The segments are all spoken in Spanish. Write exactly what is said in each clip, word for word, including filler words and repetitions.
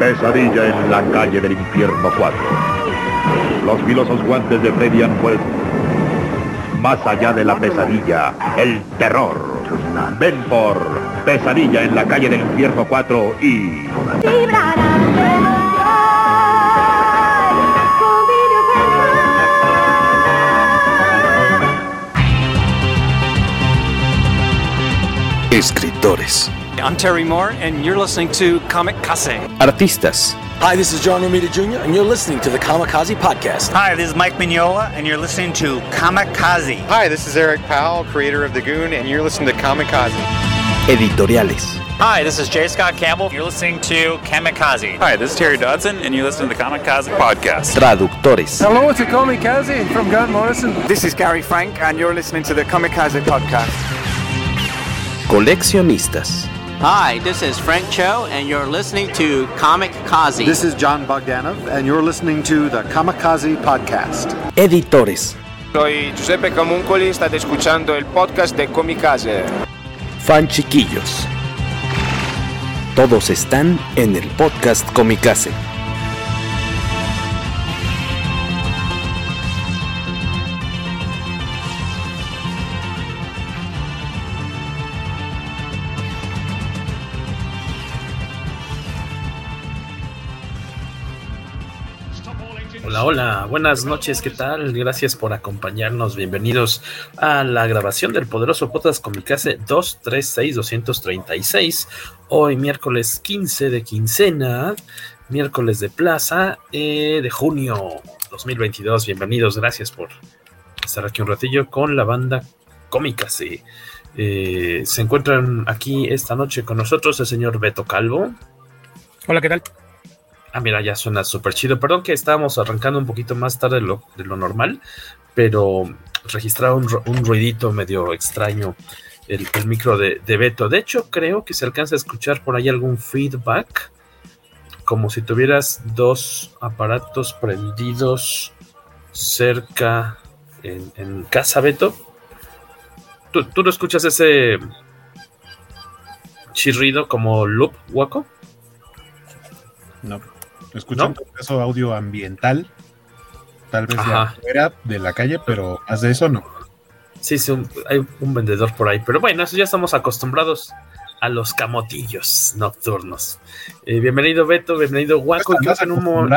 Pesadilla en la calle del infierno cuatro. Los filosos guantes de Freddy han vuelto. Más allá de la pesadilla, el terror. Ven por Pesadilla en la calle del infierno cuatro y... Escritores. I'm Terry Moore, and you're listening to Kamikaze. Artistas. Hi, this is John Romita Junior, and you're listening to the Kamikaze Podcast. Hi, this is Mike Mignola, and you're listening to Kamikaze. Hi, this is Eric Powell, creator of The Goon, and you're listening to Kamikaze. Editoriales. Hi, this is J. Scott Campbell. You're listening to Kamikaze. Hi, this is Terry Dodson, and you're listening to the Kamikaze Podcast. Traductores. Hello, it's Kamikaze from Grant Morrison. This is Gary Frank, and you're listening to the Kamikaze Podcast. Coleccionistas. Hi, this is Frank Cho, and you're listening to Kamikaze. This is John Bogdanov, and you're listening to the Kamikaze Podcast. Editores. Soy Giuseppe Camuncoli, state escuchando el podcast de Kamikaze. Fan chiquillos. Todos están en el podcast Kamikaze. Hola, hola, buenas noches, ¿qué tal? Gracias por acompañarnos, bienvenidos a la grabación del poderoso podcast Kamikaze doscientos treinta y seis, doscientos treinta y seis. Hoy miércoles quince de quincena, miércoles de plaza eh, de junio dos mil veintidós. Bienvenidos, gracias por estar aquí un ratillo con la banda Kamikaze. Eh, se encuentran aquí esta noche con nosotros el señor Beto Calvo. Hola, ¿qué tal? Ah, mira, ya suena súper chido. Perdón que estábamos arrancando un poquito más tarde de lo, de lo normal, pero registraba un, un ruidito medio extraño el, el micro de, de Beto. De hecho, creo que se alcanza a escuchar por ahí algún feedback, como si tuvieras dos aparatos prendidos cerca en, en casa, Beto. ¿Tú, ¿Tú no escuchas ese chirrido como loop, Waco? No. Escuchan ¿No? Eso audio ambiental, tal vez de afuera de la calle, pero más de eso no. Sí, sí, un, hay un vendedor por ahí, pero bueno, eso ya estamos acostumbrados a los camotillos nocturnos. Eh, bienvenido Beto, bienvenido Waco. Pues en un momento...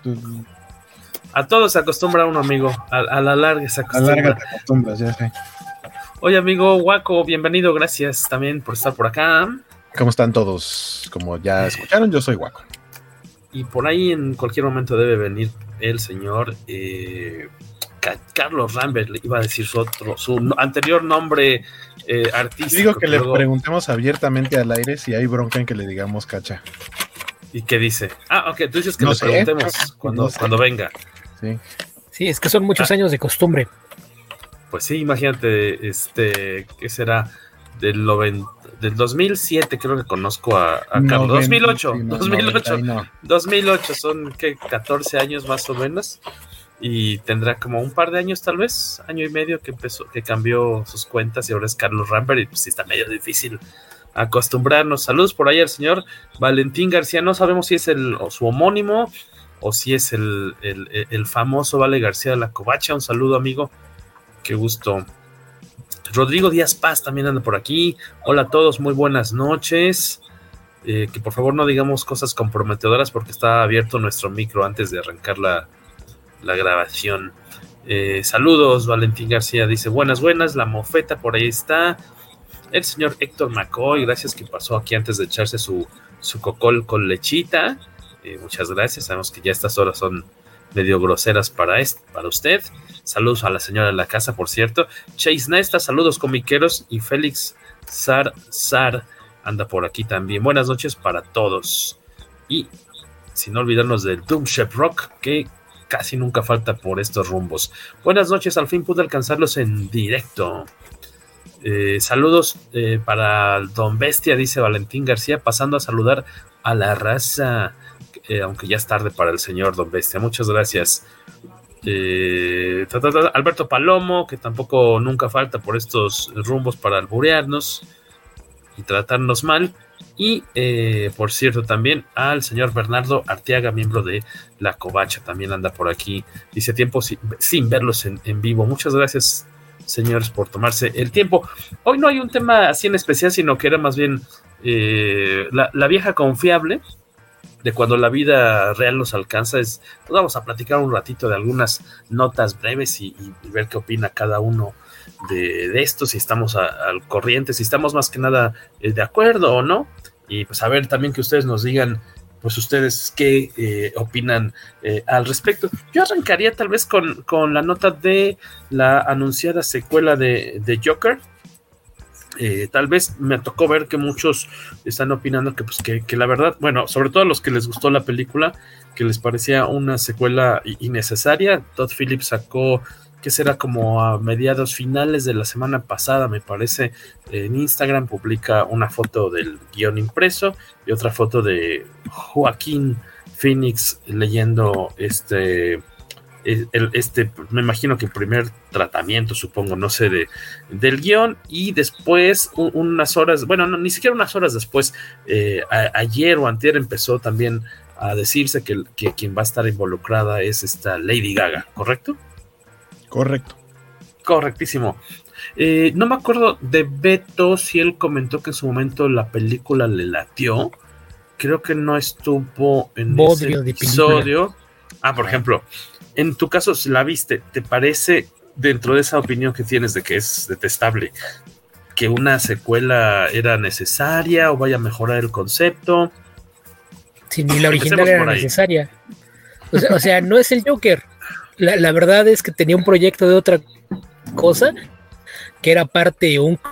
A todos se acostumbra uno, amigo, a, a la larga se acostumbra. A la larga te acostumbras, ya sé. Oye, amigo Waco, bienvenido, gracias también por estar por acá. ¿Cómo están todos? Como ya escucharon, yo soy Waco. Y por ahí en cualquier momento debe venir el señor eh, Carlos Rambert, iba a decir su otro, su anterior nombre eh, artístico. Digo que le luego... preguntemos abiertamente al aire si hay bronca en que le digamos Cacha. ¿Y qué dice? Ah, ok, tú dices que no le sé. preguntemos cuando, no sé. cuando venga. Sí. Sí, es que son muchos ah. años de costumbre. Pues sí, imagínate, este, ¿qué será? Del noventa, del dos mil siete creo que conozco a, a Carlos. noventa, dos mil ocho, sí, no, dos mil ocho, noventa, no. dos mil ocho, son ¿qué? catorce años más o menos. Y tendrá como un par de años tal vez, año y medio que empezó, que cambió sus cuentas y ahora es Carlos Rambert y pues sí está medio difícil acostumbrarnos. Saludos por ahí al señor Valentín García, no sabemos si es el o su homónimo o si es el, el, el famoso Vale García de la Covacha. Un saludo, amigo, qué gusto. Rodrigo Díaz Paz también anda por aquí. Hola a todos, muy buenas noches. Eh, que por favor no digamos cosas comprometedoras porque está abierto nuestro micro antes de arrancar la, la grabación. Eh, saludos, Valentín García dice buenas, buenas. La mofeta por ahí está. El señor Héctor McCoy, gracias que pasó aquí antes de echarse su, su cocol con lechita. Eh, muchas gracias, sabemos que ya estas horas son medio groseras para, este, para usted. Saludos a la señora de la casa, por cierto. Chase Nesta, saludos comiqueros. Y Félix Zar Zar anda por aquí también. Buenas noches para todos. Y sin olvidarnos del Doom Shep Rock, que casi nunca falta por estos rumbos. Buenas noches, al fin pude alcanzarlos en directo. Eh, saludos eh, para Don Bestia, dice Valentín García, pasando a saludar a la raza. Eh, aunque ya es tarde para el señor Don Bestia. Muchas gracias. Eh, ta, ta, ta, Alberto Palomo, que tampoco nunca falta por estos rumbos para alburearnos y tratarnos mal. Y, eh, por cierto, también al señor Bernardo Arteaga, miembro de La Covacha, también anda por aquí. Dice tiempo sin, sin verlos en, en vivo. Muchas gracias, señores, por tomarse el tiempo. Hoy no hay un tema así en especial, sino que era más bien eh, la, la vieja confiable de cuando la vida real nos alcanza. Es, pues vamos a platicar un ratito de algunas notas breves y, y, y ver qué opina cada uno de, de esto, si estamos a, al corriente, si estamos más que nada eh, de acuerdo o no. Y pues a ver también que ustedes nos digan, pues ustedes qué eh, opinan eh, al respecto. Yo arrancaría tal vez con, con la nota de la anunciada secuela de, de Joker. Eh, tal vez me tocó ver que muchos están opinando que, pues, que, que la verdad, bueno, sobre todo a los que les gustó la película, que les parecía una secuela innecesaria. Todd Phillips sacó, que será como a mediados finales de la semana pasada, me parece, en Instagram publica una foto del guión impreso y otra foto de Joaquín Phoenix leyendo este, el, este, me imagino que el primer tratamiento, supongo, no sé, de, del guión. Y después, un, unas horas, bueno, no, ni siquiera unas horas después, eh, a, ayer o antier empezó también a decirse que, que quien va a estar involucrada es esta Lady Gaga, ¿correcto? Correcto. Correctísimo. Eh, no me acuerdo de Beto si él comentó que en su momento la película le latió. Creo que no estuvo en Bodrio ese de episodio. película. Ah, por ejemplo, en tu caso, si la viste, ¿te parece, dentro de esa opinión que tienes de que es detestable, que una secuela era necesaria o vaya a mejorar el concepto? Sí, ni la original era necesaria. O sea, o sea, no es el Joker. La, la verdad es que tenía un proyecto de otra cosa, que era parte de un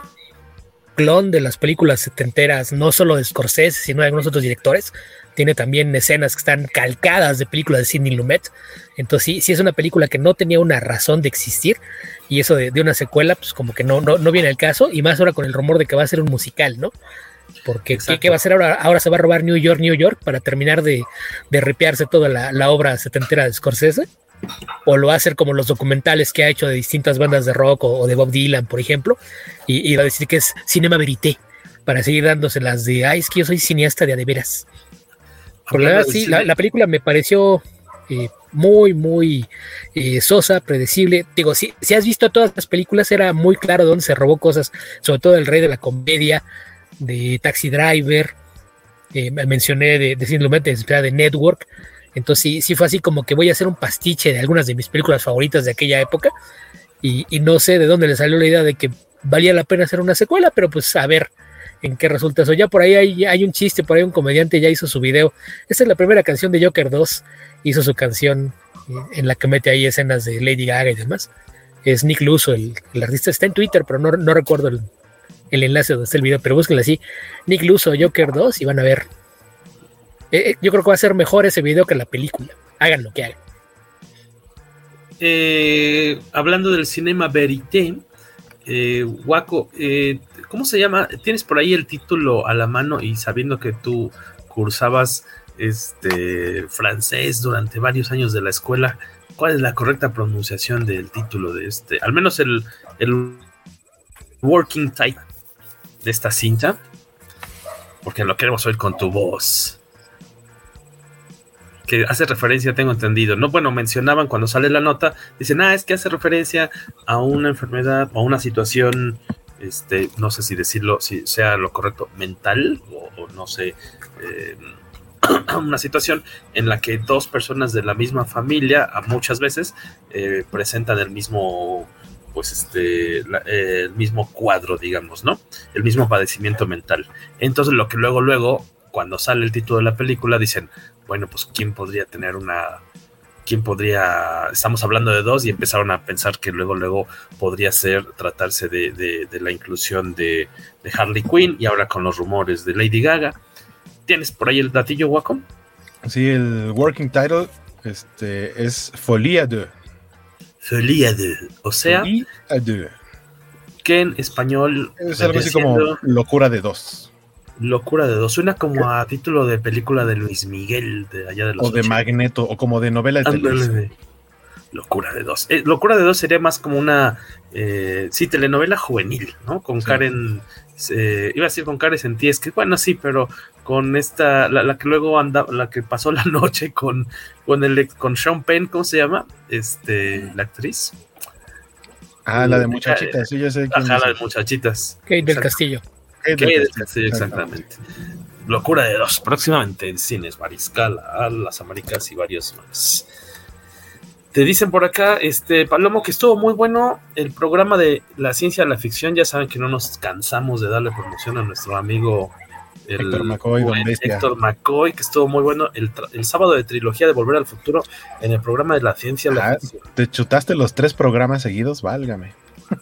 clon de las películas setenteras, no solo de Scorsese, sino de algunos otros directores. Tiene también escenas que están calcadas de películas de Sidney Lumet. Entonces sí, sí es una película que no tenía una razón de existir, y eso de, de una secuela, pues como que no, no, no viene al caso, y más ahora con el rumor de que va a ser un musical, ¿no? Porque ¿qué, ¿qué va a hacer ahora? Ahora se va a robar New York, New York para terminar de, de ripearse toda la, la obra setentera de Scorsese. O lo va a hacer como los documentales que ha hecho de distintas bandas de rock o, o de Bob Dylan, por ejemplo, y, y va a decir que es cinema verité para seguir dándose las de, ay, es que yo soy cineasta de a de veras. Por la verdad, sí, la, la película me pareció eh, muy, muy eh, sosa, predecible. Digo, si, si has visto todas las películas, era muy claro dónde se robó cosas, sobre todo El Rey de la Comedia, de Taxi Driver, eh, mencioné de, de Sidney Lumet, de, de Network. Entonces sí, sí fue así como que voy a hacer un pastiche de algunas de mis películas favoritas de aquella época, y, y no sé de dónde le salió la idea de que valía la pena hacer una secuela, pero pues a ver en qué resulta eso. Ya por ahí hay, hay un chiste, por ahí un comediante ya hizo su video. Esta es la primera canción de Joker dos, hizo su canción eh, en la que mete ahí escenas de Lady Gaga y demás. Es Nick Luso, el, el artista, está en Twitter, pero no, no recuerdo el, el enlace donde está el video, pero búsquenlo así, Nick Luso Joker dos, y van a ver. Eh, yo creo que va a ser mejor ese video que la película. Hagan lo que hagan. Eh, hablando del cinema verité, eh, Waco, eh, ¿cómo se llama? ¿Tienes por ahí el título a la mano? Y sabiendo que tú cursabas este francés durante varios años de la escuela, ¿cuál es la correcta pronunciación del título de este? Al menos el, el working title de esta cinta, porque lo queremos oír con tu voz. Que hace referencia, tengo entendido, no, bueno, mencionaban cuando sale la nota, dicen, ah, es que hace referencia a una enfermedad o a una situación, este, no sé si decirlo, si sea lo correcto, mental, o, o no sé, eh, una situación en la que dos personas de la misma familia, a muchas veces, eh, presentan el mismo, pues este, la, eh, el mismo cuadro, digamos, ¿no? El mismo padecimiento mental. Entonces, lo que luego, luego, cuando sale el título de la película, dicen, bueno, pues ¿quién podría tener una... ¿Quién podría...? Estamos hablando de dos y empezaron a pensar que luego, luego podría ser, tratarse de, de, de la inclusión de, de Harley Quinn, y ahora con los rumores de Lady Gaga. ¿Tienes por ahí el datillo, Wacom? Sí, el working title este, es Folie à deux. Folie à deux, o sea... Folie à deux. Que en español... Es algo así como locura de dos. Locura de dos, suena como a título de película de Luis Miguel de allá de los o de ochenta. Magneto, o como de novela de televisión. Locura de dos. Eh, Locura de dos sería más como una, eh, sí, telenovela juvenil, ¿no? Con sí. Karen, eh, iba a decir con Karen Senties, que bueno, sí, pero con esta, la, la que luego anda, la que pasó la noche con, con el con Sean Penn, ¿cómo se llama? Este, la actriz. Ah, la de muchachitas, sí, yo sé quién Ajá, es. la de muchachitas. Kate del Castillo. Kate del Castillo, exactamente. Locura de dos, próximamente en cines Mariscal, a las Américas y varios más. Te dicen por acá, este Palomo, que estuvo muy bueno el programa de la ciencia de la ficción. Ya saben que no nos cansamos de darle promoción a nuestro amigo el, Héctor McCoy, Don Bestia. Héctor McCoy, que estuvo muy bueno el, el sábado de trilogía de Volver al Futuro en el programa de la ciencia de la ah, ficción. ¿Te chutaste los tres programas seguidos? Válgame.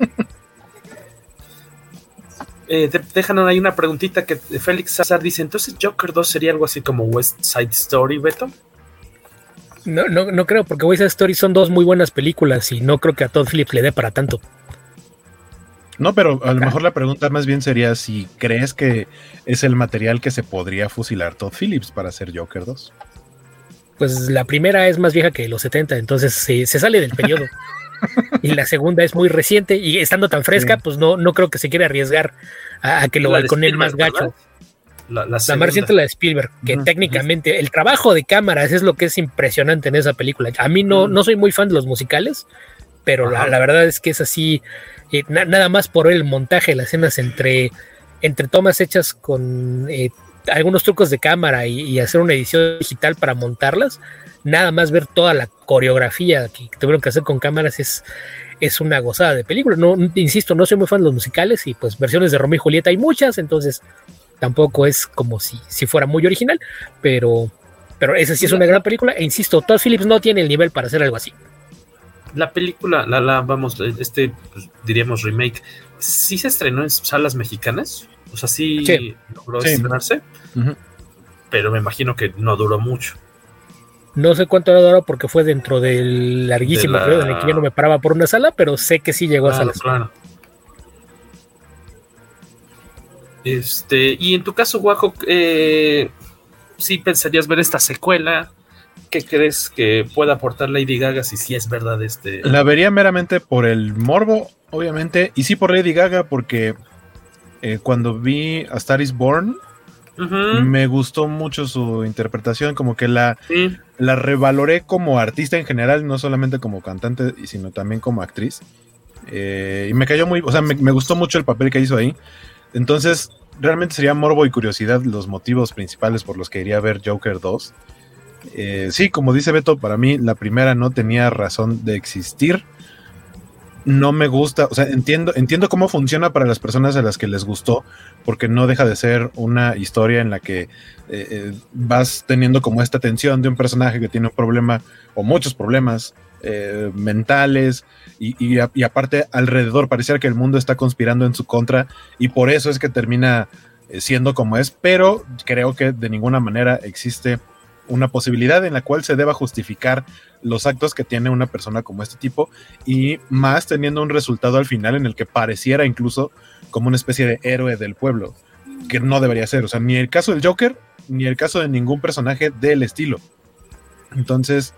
eh, te dejan ahí una preguntita que Félix César dice, entonces Joker dos sería algo así como West Side Story, Beto. No, no, no creo, porque West Side Story son dos muy buenas películas y no creo que a Todd Phillips le dé para tanto. No, pero a lo mejor la pregunta más bien sería si crees que es el material que se podría fusilar Todd Phillips para hacer Joker dos. Pues la primera es más vieja que los setenta, entonces se, se sale del periodo. Y la segunda es muy reciente y estando tan fresca, sí. pues no, no creo que se quiera arriesgar a, a que lo balconeen más gacho. La, la, la más reciente, la de Spielberg, que uh-huh, técnicamente uh-huh. el trabajo de cámaras es lo que es impresionante en esa película. A mí no, uh-huh. no soy muy fan de los musicales, pero la, la verdad es que es así, eh, na, nada más por el montaje, las escenas entre, entre tomas hechas con eh, algunos trucos de cámara y, y hacer una edición digital para montarlas, nada más ver toda la coreografía que, que tuvieron que hacer con cámaras es, es una gozada de película. No, insisto, no soy muy fan de los musicales y pues versiones de Romeo y Julieta hay muchas, entonces tampoco es como si, si fuera muy original, pero, pero esa sí es una gran película, e insisto, Todd Phillips no tiene el nivel para hacer algo así. La película, la, la vamos, este, pues, diríamos remake, ¿sí se estrenó en salas mexicanas? O sea, sí, sí. logró sí. estrenarse, uh-huh. pero me imagino que no duró mucho. No sé cuánto ha durado porque fue dentro del larguísimo de la... periodo en el que yo no me paraba por una sala, pero sé que sí llegó claro, a salas. Claro. Este, y en tu caso, Guajo, eh, ¿sí pensarías ver esta secuela? ¿Qué crees que pueda aportar Lady Gaga si sí es verdad este? La vería meramente por el morbo, obviamente, y sí por Lady Gaga porque eh, cuando vi A Star Is Born uh-huh. me gustó mucho su interpretación, como que la, sí. la revaloré como artista en general, no solamente como cantante, sino también como actriz. Eh, y me cayó muy, o sea, me, me gustó mucho el papel que hizo ahí. Entonces, realmente sería morbo y curiosidad los motivos principales por los que iría a ver Joker dos. Eh, sí, como dice Beto, para mí la primera no tenía razón de existir. No me gusta, o sea, entiendo, entiendo cómo funciona para las personas a las que les gustó, porque no deja de ser una historia en la que eh, eh, vas teniendo como esta tensión de un personaje que tiene un problema o muchos problemas eh, mentales y, y, y aparte alrededor pareciera que el mundo está conspirando en su contra y por eso es que termina eh, siendo como es, pero creo que de ninguna manera existe una posibilidad en la cual se deba justificar los actos que tiene una persona como este tipo y más teniendo un resultado al final en el que pareciera incluso como una especie de héroe del pueblo, que no debería ser, o sea, ni el caso del Joker ni el caso de ningún personaje del estilo. Entonces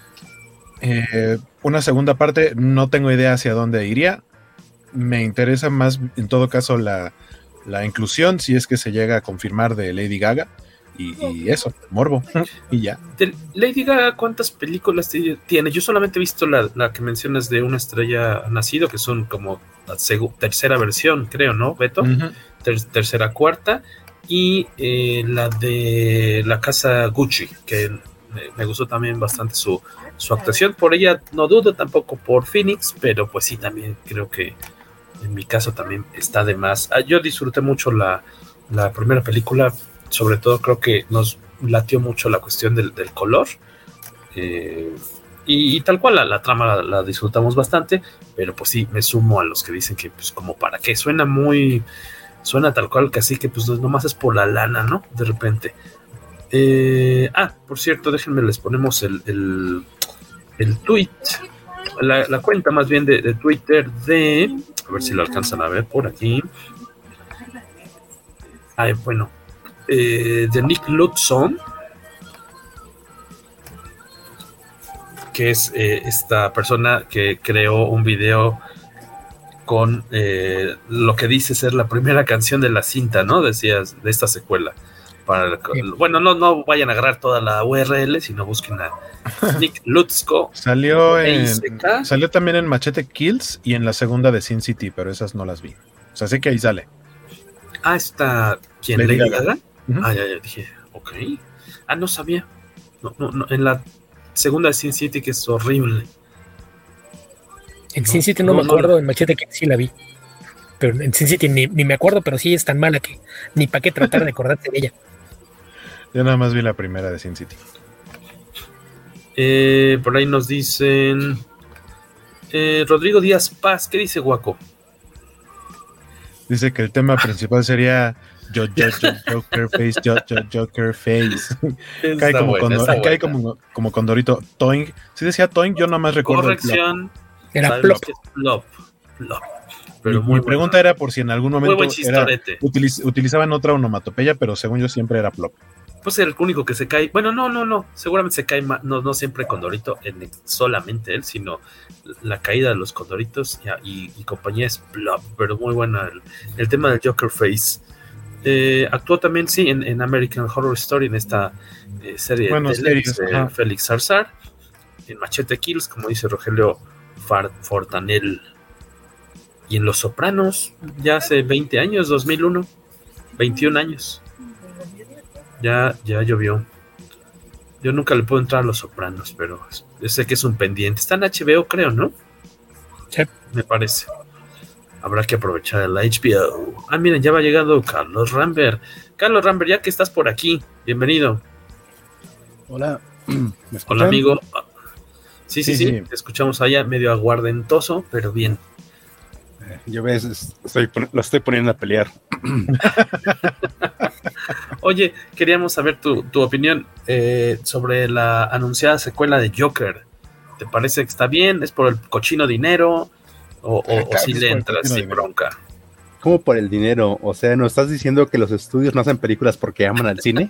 eh, una segunda parte no tengo idea hacia dónde iría. Me interesa más en todo caso la, la inclusión, si es que se llega a confirmar, de Lady Gaga. Y, y eso, morbo, y ya. De Lady Gaga, ¿cuántas películas tiene? Yo solamente he visto la, la que mencionas de Una estrella nacido, que son como la seg- tercera versión, creo, ¿no, Beto? Uh-huh. Ter- tercera, cuarta. Y eh, la de La Casa Gucci, que me, me gustó también bastante su, su actuación. Por ella no dudo, tampoco por Phoenix, pero pues sí, también creo que en mi caso también está de más. Ah, yo disfruté mucho la, la primera película. Sobre todo creo que nos latió mucho la cuestión del, del color eh, y, y tal cual la, la trama la, la disfrutamos bastante, pero pues sí, me sumo a los que dicen que pues como para qué, suena muy, suena tal cual que así que pues nomás es por la lana, ¿no? De repente. Eh, ah, por cierto, déjenme, les ponemos el, el, el tweet, la, la cuenta más bien de, de Twitter de, a ver si lo alcanzan a ver por aquí. Ay, bueno. Eh, de Nick Lutzon, que es eh, esta persona que creó un video con eh, lo que dice ser la primera canción de la cinta, ¿no? Decías, de esta secuela. Para, sí. Bueno, no, no vayan a agarrar toda la U R L, sino busquen a Nick Lutsko. Salió, en, salió también en Machete Kills y en la segunda de Sin City, pero esas no las vi. O sea, sé que ahí sale. Ah, está... ¿Quién? ¿Lady Gaga? Gaga? Uh-huh. Ah, ya, ya, dije, ok. Ah, no sabía. No, no, no, en la segunda de Sin City, que es horrible. En no, Sin City no, no me acuerdo, no, en Machete Kills sí la vi. Pero en Sin City ni, ni me acuerdo, pero sí es tan mala que ni para qué tratar de acordarte de ella. Yo nada más vi la primera de Sin City. Eh, por ahí nos dicen... Eh, Rodrigo Díaz Paz, ¿qué dice Guaco? Dice que el tema principal sería yo, yo, yo, Joker Face, yo, yo, Joker Face. Cae como, buena, condor, cae como, como condorito. Toing. Si decía Toing, yo nada más recuerdo. Corrección. Era plop. Plop. Plop. Pero mi pregunta era por si en algún momento era, utiliz, utilizaban otra onomatopeya, pero según yo siempre era plop. Pues el único que se cae, bueno, no, no, no, seguramente se cae más, no, no siempre Condorito, en, solamente él, sino la caída de los Condoritos y, y, y compañía es plop, pero muy buena el, el tema del Joker Face. Eh, actuó también, sí, en, en American Horror Story, en esta eh, serie bueno, de Telex, eh, Félix Zarzar, en Machete Kills, como dice Rogelio Far, Fortanel. Y en Los Sopranos, ya hace veinte años, dos mil uno, veintiún años. Ya, ya llovió. Yo nunca le puedo entrar a Los Sopranos, pero yo sé que es un pendiente. Está en H B O, creo, ¿no? Sí. Me parece. Habrá que aprovechar el H B O. Ah, miren, ya va llegando Carlos Rambert. Carlos Rambert, ya que estás por aquí, bienvenido. Hola. Hola, amigo. Sí, sí, sí, sí, te escuchamos allá, medio aguardentoso, pero bien. Yo ves, estoy, lo estoy poniendo a pelear. Oye, queríamos saber tu, tu opinión eh, sobre la anunciada secuela de Joker. ¿Te parece que está bien? ¿Es por el cochino dinero? ¿O, o, o si le entras sin bronca? ¿Cómo por el dinero? O sea, ¿no estás diciendo que los estudios no hacen películas porque aman al cine?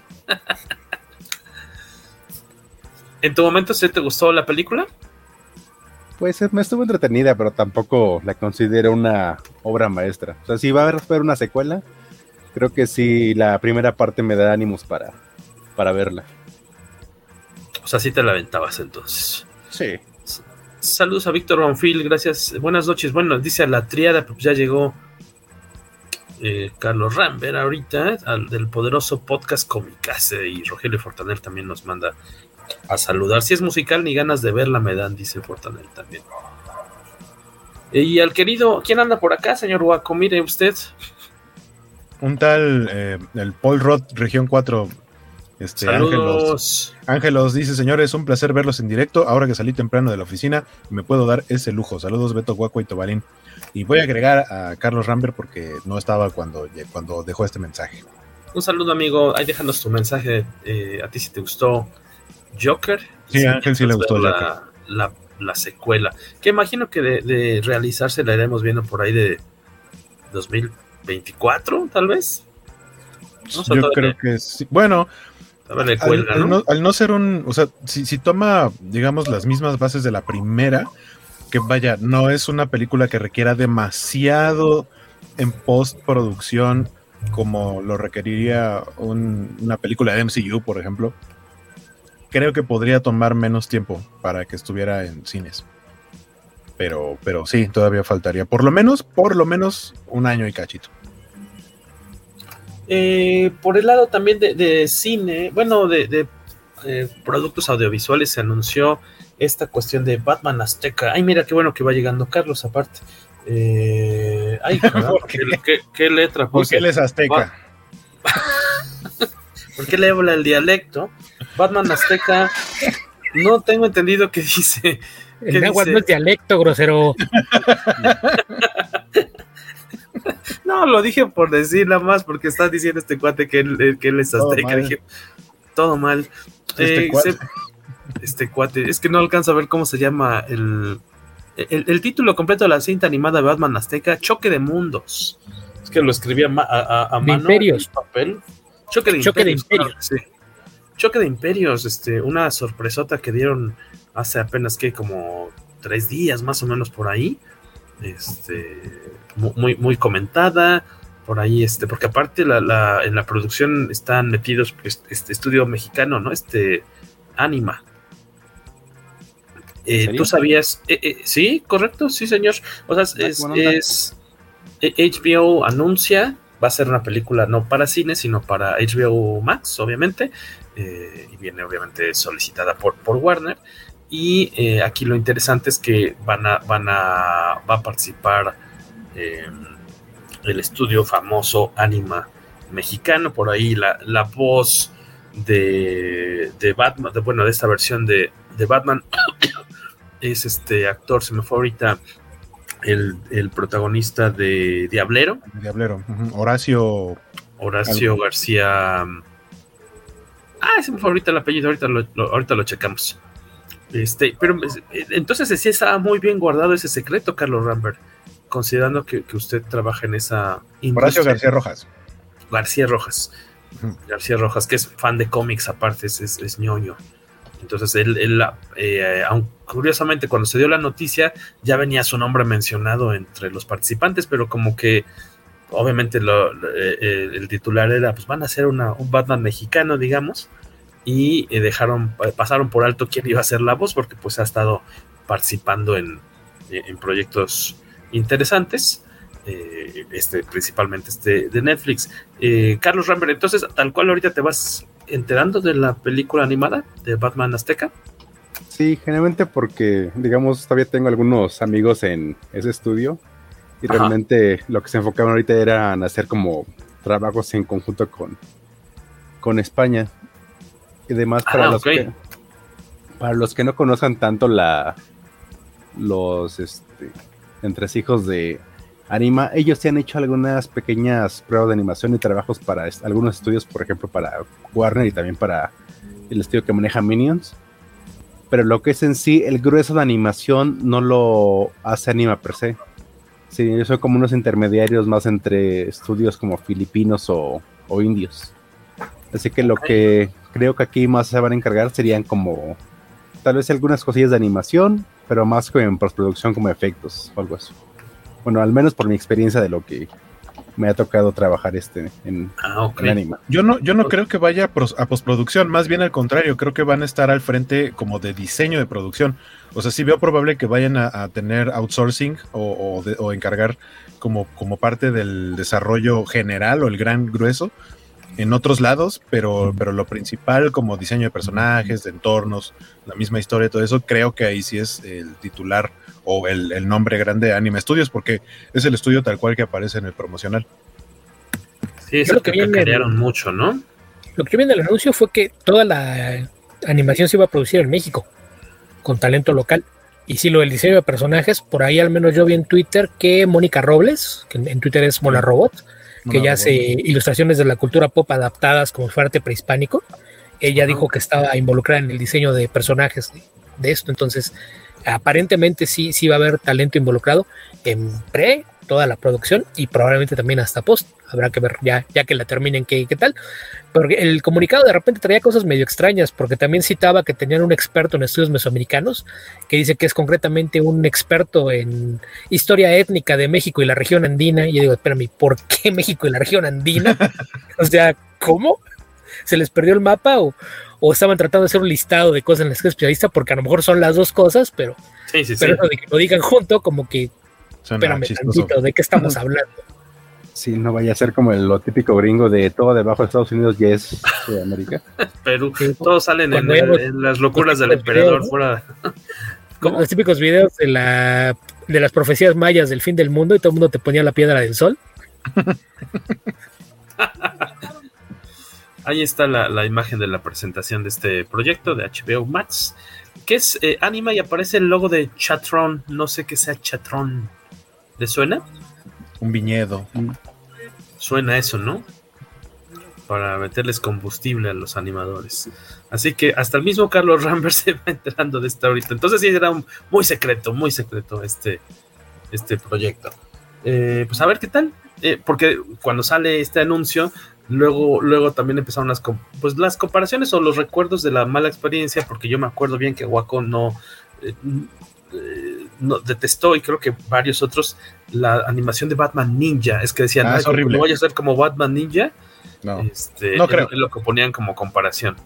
¿En tu momento sí te gustó la película? Pues me estuvo entretenida, pero tampoco la considero una obra maestra. O sea, si va a haber una secuela, creo que sí, la primera parte me da ánimos para, para verla. O sea, sí te la aventabas entonces. Sí. Saludos a Víctor Bonfil, gracias. Buenas noches. Bueno, dice a la triada, pues ya llegó eh, Carlos Rambert ahorita, al, del poderoso podcast Comicase, y Rogelio Fortanel también nos manda a saludar. Si es musical, ni ganas de verla me dan, dice Fortanel también. Y al querido, ¿quién anda por acá, señor Guaco? Mire usted. Un tal, eh, el Paul Roth, Región cuatro. Este, Saludos. Ángelos. Ángelos dice, señores, un placer verlos en directo. Ahora que salí temprano de la oficina, me puedo dar ese lujo. Saludos, Beto, Guaco y Tobalín. Y voy a agregar a Carlos Rambert porque no estaba cuando, cuando dejó este mensaje. Un saludo, amigo. Ahí déjanos tu mensaje. Eh, a ti si te gustó Joker. Sí, si Ángel sí le gustó la, Joker. La, la secuela. Que imagino que de, de realizarse la iremos viendo por ahí de dos mil veinticuatro, tal vez. No, yo creo le, que sí. Bueno, le cuelga, al, ¿no? Al, no, al no ser un... O sea, si, si toma, digamos, las mismas bases de la primera, que vaya, no es una película que requiera demasiado en postproducción como lo requeriría un, una película de M C U, por ejemplo. Creo que podría tomar menos tiempo para que estuviera en cines. Pero, pero sí, todavía faltaría. Por lo menos, por lo menos un año y cachito. Eh, por el lado también de, de cine, bueno, de, de eh, productos audiovisuales, se anunció esta cuestión de Batman Azteca. Ay, mira, qué bueno que va llegando Carlos, aparte. Eh, ay, ¿qué, qué, ¿qué letra puse? ¿Por qué él es azteca? ¿Por qué le habla el dialecto? Batman Azteca, no tengo entendido qué dice. El agua no es dialecto, grosero. No, lo dije por decir nada más, porque está diciendo este cuate que él, que él es azteca. Todo mal. Dije, todo mal. Este, eh, cuate. Se, este cuate, es que no alcanzo a ver cómo se llama el, el, el título completo de la cinta animada de Batman Azteca, Choque de Mundos. Es que lo escribía a, a, a mano imperios. en papel. Choque de Choque imperios. De imperios. Claro, sí. Choque de Imperios, este, una sorpresota que dieron hace apenas que como tres días más o menos por ahí, este, muy, muy comentada por ahí, este, porque aparte la, la, en la producción están metidos este estudio mexicano, ¿no? Este Anima. Eh, ¿Tú sabías? Eh, eh, sí, correcto, sí, señor. O sea, es, es H B O anuncia, va a ser una película no para cine, sino para H B O Max, obviamente, eh, y viene obviamente solicitada por, por Warner. Y eh, aquí lo interesante es que van a, van a, va a participar eh, el estudio famoso Anima mexicano. Por ahí la, la voz de, de Batman, de, bueno, de esta versión de, de Batman es este actor, se me fue ahorita el, el protagonista de Diablero. Diablero, uh-huh. Horacio. Horacio algo. García. Ah, se me fue ahorita el apellido, ahorita lo, lo, ahorita lo checamos. Este, pero entonces sí estaba muy bien guardado ese secreto, Carlos Rambert, considerando que, que usted trabaja en esa industria. Horacio García Rojas. García Rojas. Uh-huh. García Rojas, que es fan de cómics, aparte es, es, es ñoño. Entonces él, él eh, aun, curiosamente cuando se dio la noticia ya venía su nombre mencionado entre los participantes, pero como que obviamente lo, eh, el titular era, pues van a hacer una, un Batman mexicano, digamos, y eh, dejaron, pasaron por alto quién iba a ser la voz, porque pues ha estado participando en, en proyectos interesantes, eh, este, principalmente este de Netflix. Eh, Carlos Rambert, entonces tal cual ahorita te vas enterando de la película animada de Batman Azteca. Sí, generalmente porque, digamos, todavía tengo algunos amigos en ese estudio y Ajá. realmente lo que se enfocaban ahorita era en hacer como trabajos en conjunto con, con España. Y además para, ah, los okay. que, para los que no conozcan tanto la los este, entresijos de Anima, ellos sí han hecho algunas pequeñas pruebas de animación y trabajos para est- algunos estudios, por ejemplo para Warner y también para el estudio que maneja Minions, pero lo que es en sí el grueso de animación no lo hace Anima per se. Sí, ellos son como unos intermediarios más entre estudios como filipinos o, o indios, así que lo que creo que aquí más se van a encargar serían como tal vez algunas cosillas de animación, pero más como en postproducción, como efectos o algo así. Bueno, al menos por mi experiencia de lo que me ha tocado trabajar este en, ah, okay. en Anima. Yo no, yo no creo que vaya a postproducción, más bien al contrario, creo que van a estar al frente como de diseño de producción. O sea, sí veo probable que vayan a, a tener outsourcing o, o, de, o encargar como, como parte del desarrollo general o el gran grueso en otros lados, pero, pero lo principal como diseño de personajes, de entornos, la misma historia, todo eso, creo que ahí sí es el titular o el, el nombre grande de Anima Studios, porque es el estudio tal cual que aparece en el promocional. Sí, eso que, que crearon mucho, ¿no? Lo que yo vi en el anuncio fue que toda la animación se iba a producir en México, con talento local. Y sí, lo del diseño de personajes, por ahí al menos yo vi en Twitter que Mónica Robles, que en Twitter es Mona Robot, que ya hace ilustraciones de la cultura pop adaptadas como fuerte prehispánico. Ella dijo que estaba involucrada en el diseño de personajes de, de esto, entonces aparentemente sí, sí va a haber talento involucrado en pre, toda la producción y probablemente también hasta post. Habrá que ver ya, ya que la terminen qué, qué tal. Porque el comunicado de repente traía cosas medio extrañas, porque también citaba que tenían un experto en estudios mesoamericanos, que dice que es concretamente un experto en historia étnica de México y la región andina. Y yo digo, espérame, ¿por qué México y la región andina? O sea, ¿cómo? ¿Se les perdió el mapa o, o estaban tratando de hacer un listado de cosas en las que es especialista? Porque a lo mejor son las dos cosas, pero, sí, sí, pero sí. eso de que lo digan junto, como que, Suena espérame chistoso. tantito, ¿de qué estamos hablando? Sí, no vaya a ser como el, lo típico gringo de todo debajo de Estados Unidos ya es de América. Pero todos salen en, en, en las locuras del emperador, videos, fuera. Como los típicos videos de la de las profecías mayas del fin del mundo y todo el mundo te ponía la piedra del sol. Ahí está la, la imagen de la presentación de este proyecto de H B O Max, que es eh, Anima, y aparece el logo de Chatron. No sé qué sea Chatron. ¿Le suena? Un viñedo. Suena eso, ¿no? Para meterles combustible a los animadores. Así que hasta el mismo Carlos Rambert se va enterando de esta ahorita. Entonces sí era un, muy secreto, muy secreto este, este proyecto. Eh, pues a ver qué tal. Eh, porque cuando sale este anuncio, Luego, luego también empezaron las, pues, las comparaciones o los recuerdos de la mala experiencia, porque yo me acuerdo bien que Waco no, eh, eh, no detestó, y creo que varios otros, la animación de Batman Ninja. Es que decían, ah, es horrible. ¿No vaya a ser como Batman Ninja? No, este, no creo. Es lo que ponían como comparación.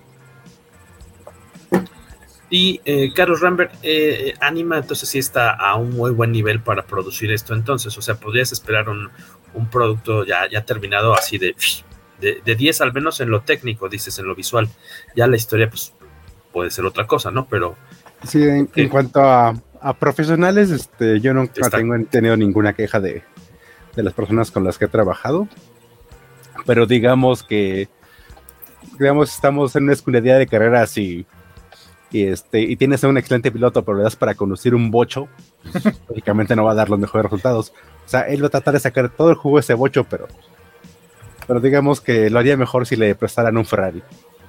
Y eh, Carlos Rambert eh, anima, entonces sí está a un muy buen nivel para producir esto entonces. O sea, podrías esperar un, un producto ya, ya terminado así de... De, de diez al menos en lo técnico, dices, en lo visual. Ya la historia, pues, puede ser otra cosa, ¿no? Pero... Sí, en, en cuanto a, a profesionales, este, yo nunca está. tengo tenido ninguna queja de, de las personas con las que he trabajado. Pero digamos que... Digamos, estamos en una escudería de carreras y... Y, este, y tienes a un excelente piloto, pero le das para conducir un bocho, lógicamente no va a dar los mejores resultados. O sea, él va a tratar de sacar todo el jugo de ese bocho, pero... Pero digamos que lo haría mejor si le prestaran un Ferrari.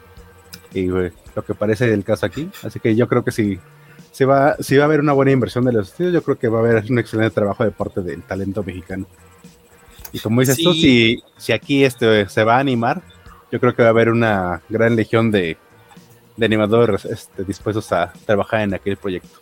Y wey, lo que parece el caso aquí. Así que yo creo que si, si, va, si va a haber una buena inversión de los estudios, yo creo que va a haber un excelente trabajo de parte del talento mexicano. Y como dices sí. tú, si, si aquí este, se va a animar, yo creo que va a haber una gran legión de, de animadores este, dispuestos a trabajar en aquel proyecto.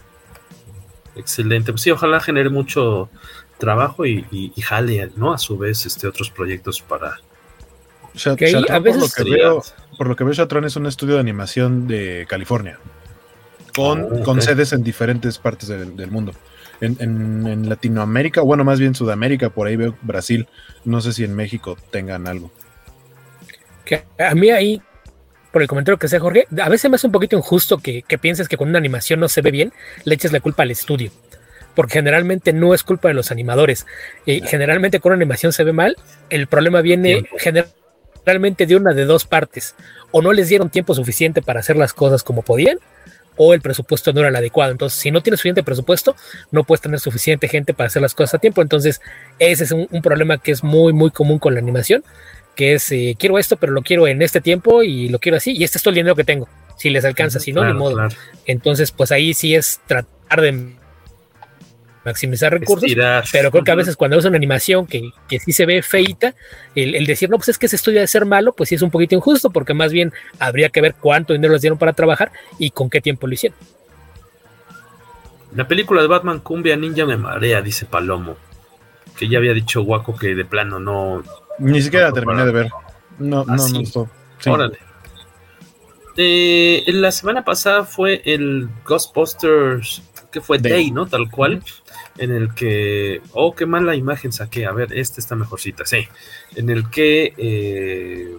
Excelente. Pues sí, ojalá genere mucho... trabajo y, y, y jale, ¿no? A su vez, este, otros proyectos para... Shat- okay, Shatron, a veces por, lo que veo, por lo que veo, Shatron es un estudio de animación de California, con, oh, okay. con sedes en diferentes partes del, del mundo. En, en, en Latinoamérica, bueno, más bien Sudamérica, por ahí veo Brasil. No sé si en México tengan algo. Que a mí ahí, por el comentario que hace Jorge, a veces me hace un poquito injusto que, que pienses que cuando una animación no se ve bien, le eches la culpa al estudio. Porque generalmente no es culpa de los animadores. Eh, generalmente cuando una animación se ve mal, el problema viene generalmente de una de dos partes. O no les dieron tiempo suficiente para hacer las cosas como podían, o el presupuesto no era el adecuado. Entonces, si no tienes suficiente presupuesto, no puedes tener suficiente gente para hacer las cosas a tiempo. Entonces, ese es un, un problema que es muy, muy común con la animación, que es, eh, quiero esto, pero lo quiero en este tiempo y lo quiero así, y este es todo el dinero que tengo. Si les alcanza, si no, claro, ni modo. Claro. Entonces, pues ahí sí es tratar de maximizar recursos, estirar. Pero creo que a veces cuando es una animación que, que sí se ve feita, el, el decir, no, pues es que ese estudio de ser malo, pues sí es un poquito injusto, porque más bien habría que ver cuánto dinero les dieron para trabajar y con qué tiempo lo hicieron. La película de Batman Cumbia Ninja me marea, dice Palomo, que ya había dicho Waco que de plano no... Ni siquiera no terminé para... de ver. No, no, no, no. Sí. Órale. Eh, la semana pasada fue el Ghostbusters, que fue Day, Day, ¿no? Tal cual. En el que, oh, qué mala imagen saqué, a ver, esta está mejorcita, sí, en el que, eh,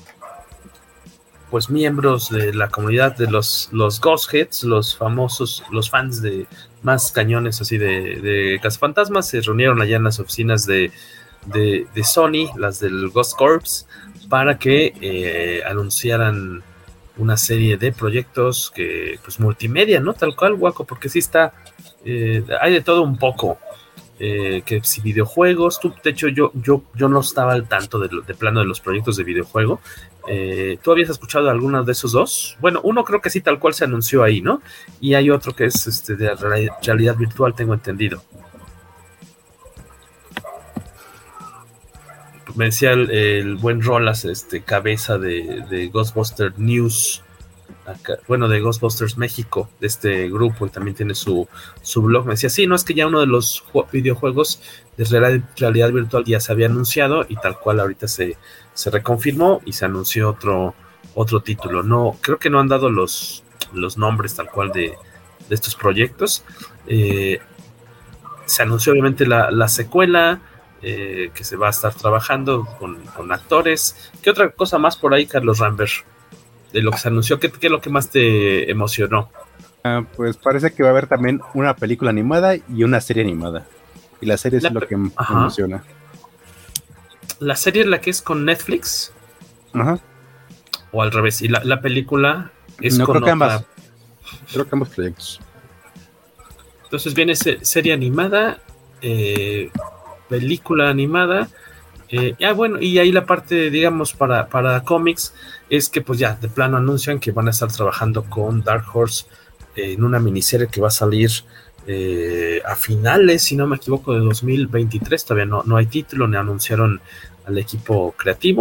pues miembros de la comunidad de los, los Ghost Heads, los famosos, los fans de más cañones así de, de cazafantasmas, se reunieron allá en las oficinas de, de, de Sony, las del Ghost Corps, para que eh, anunciaran una serie de proyectos que, pues multimedia, ¿no? Tal cual, Waco, porque sí está... Eh, hay de todo un poco, eh, que si videojuegos, tú, de hecho yo, yo, yo no estaba al tanto de, de plano de los proyectos de videojuego. Eh, ¿tú habías escuchado alguno de esos dos? Bueno, uno creo que sí, tal cual se anunció ahí, ¿no? Y hay otro que es este de realidad virtual, tengo entendido. Me decía el, el buen Rolas, este, cabeza de, de Ghostbusters News, acá, bueno, de Ghostbusters México, de este grupo, y también tiene su, su blog. Me decía, sí, no, es que ya uno de los videojuegos de realidad, realidad virtual ya se había anunciado, y tal cual ahorita se, se reconfirmó y se anunció otro, otro título. No, creo que no han dado los, los nombres tal cual de, de estos proyectos. Eh, se anunció obviamente la, la secuela, eh, que se va a estar trabajando con, con actores. ¿Qué otra cosa más por ahí, Carlos Rambert? De lo que se anunció, ¿qué, qué es lo que más te emocionó? Uh, pues parece que va a haber también una película animada y una serie animada. Y la serie es la lo que me emociona. ¿La serie es la que es con Netflix? Ajá. ¿O al revés? ¿Y la, la película es no, con creo que otra? ambas. Creo que ambos proyectos. Entonces viene serie animada, eh, película animada. Eh, ya bueno, y ahí la parte, digamos, para, para cómics es que pues ya de plano anuncian que van a estar trabajando con Dark Horse eh, en una miniserie que va a salir eh, a finales, si no me equivoco, de dos mil veintitrés. Todavía no, no hay título, ni anunciaron al equipo creativo,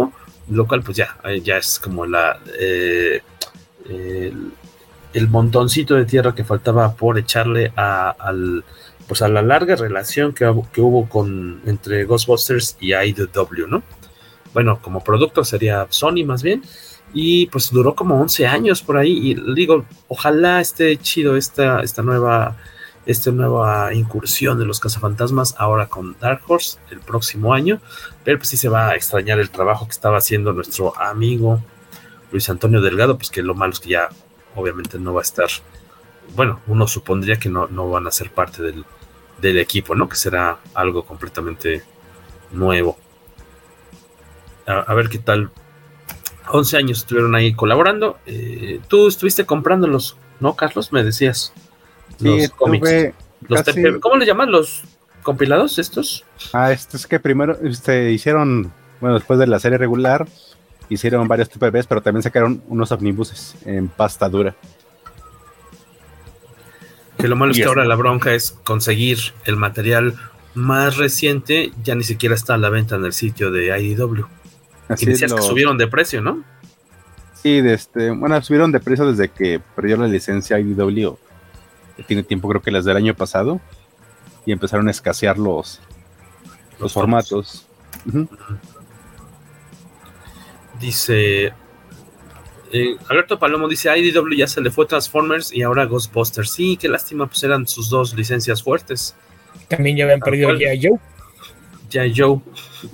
lo cual pues ya, ya es como la eh, el, el montoncito de tierra que faltaba por echarle a, al, pues a la larga relación que, que hubo con, entre Ghostbusters y I D W, ¿no? Bueno, como producto sería Sony más bien, y pues duró como once años por ahí, y digo, ojalá esté chido esta, esta nueva esta nueva incursión de los cazafantasmas ahora con Dark Horse el próximo año, pero pues sí se va a extrañar el trabajo que estaba haciendo nuestro amigo Luis Antonio Delgado, pues que lo malo es que ya obviamente no va a estar, bueno, uno supondría que no, no van a ser parte del, del equipo, ¿no? Que será algo completamente nuevo. A, a ver qué tal. once años estuvieron ahí colaborando. Eh, tú estuviste comprándolos, ¿no, Carlos? Me decías. Los sí, cómics. Los casi... T P, ¿cómo le llaman los compilados estos? Ah, estos que primero este, hicieron, bueno, después de la serie regular, hicieron varios T P Bs, pero también sacaron unos omnibuses en pasta dura. Que lo malo es que ahora la bronca es conseguir el material más reciente, ya ni siquiera está a la venta en el sitio de I D W. Así y decías los... que subieron de precio, ¿no? Sí, de este, bueno, subieron de precio desde que perdió la licencia I D W. Tiene tiempo, creo que las del año pasado, y empezaron a escasear los, los, los formatos. Uh-huh. Dice eh, Alberto Palomo dice a I D W ya se le fue Transformers y ahora Ghostbusters. Sí, qué lástima, pues eran sus dos licencias fuertes. También ya habían perdido G I. Joe. G I. Joe.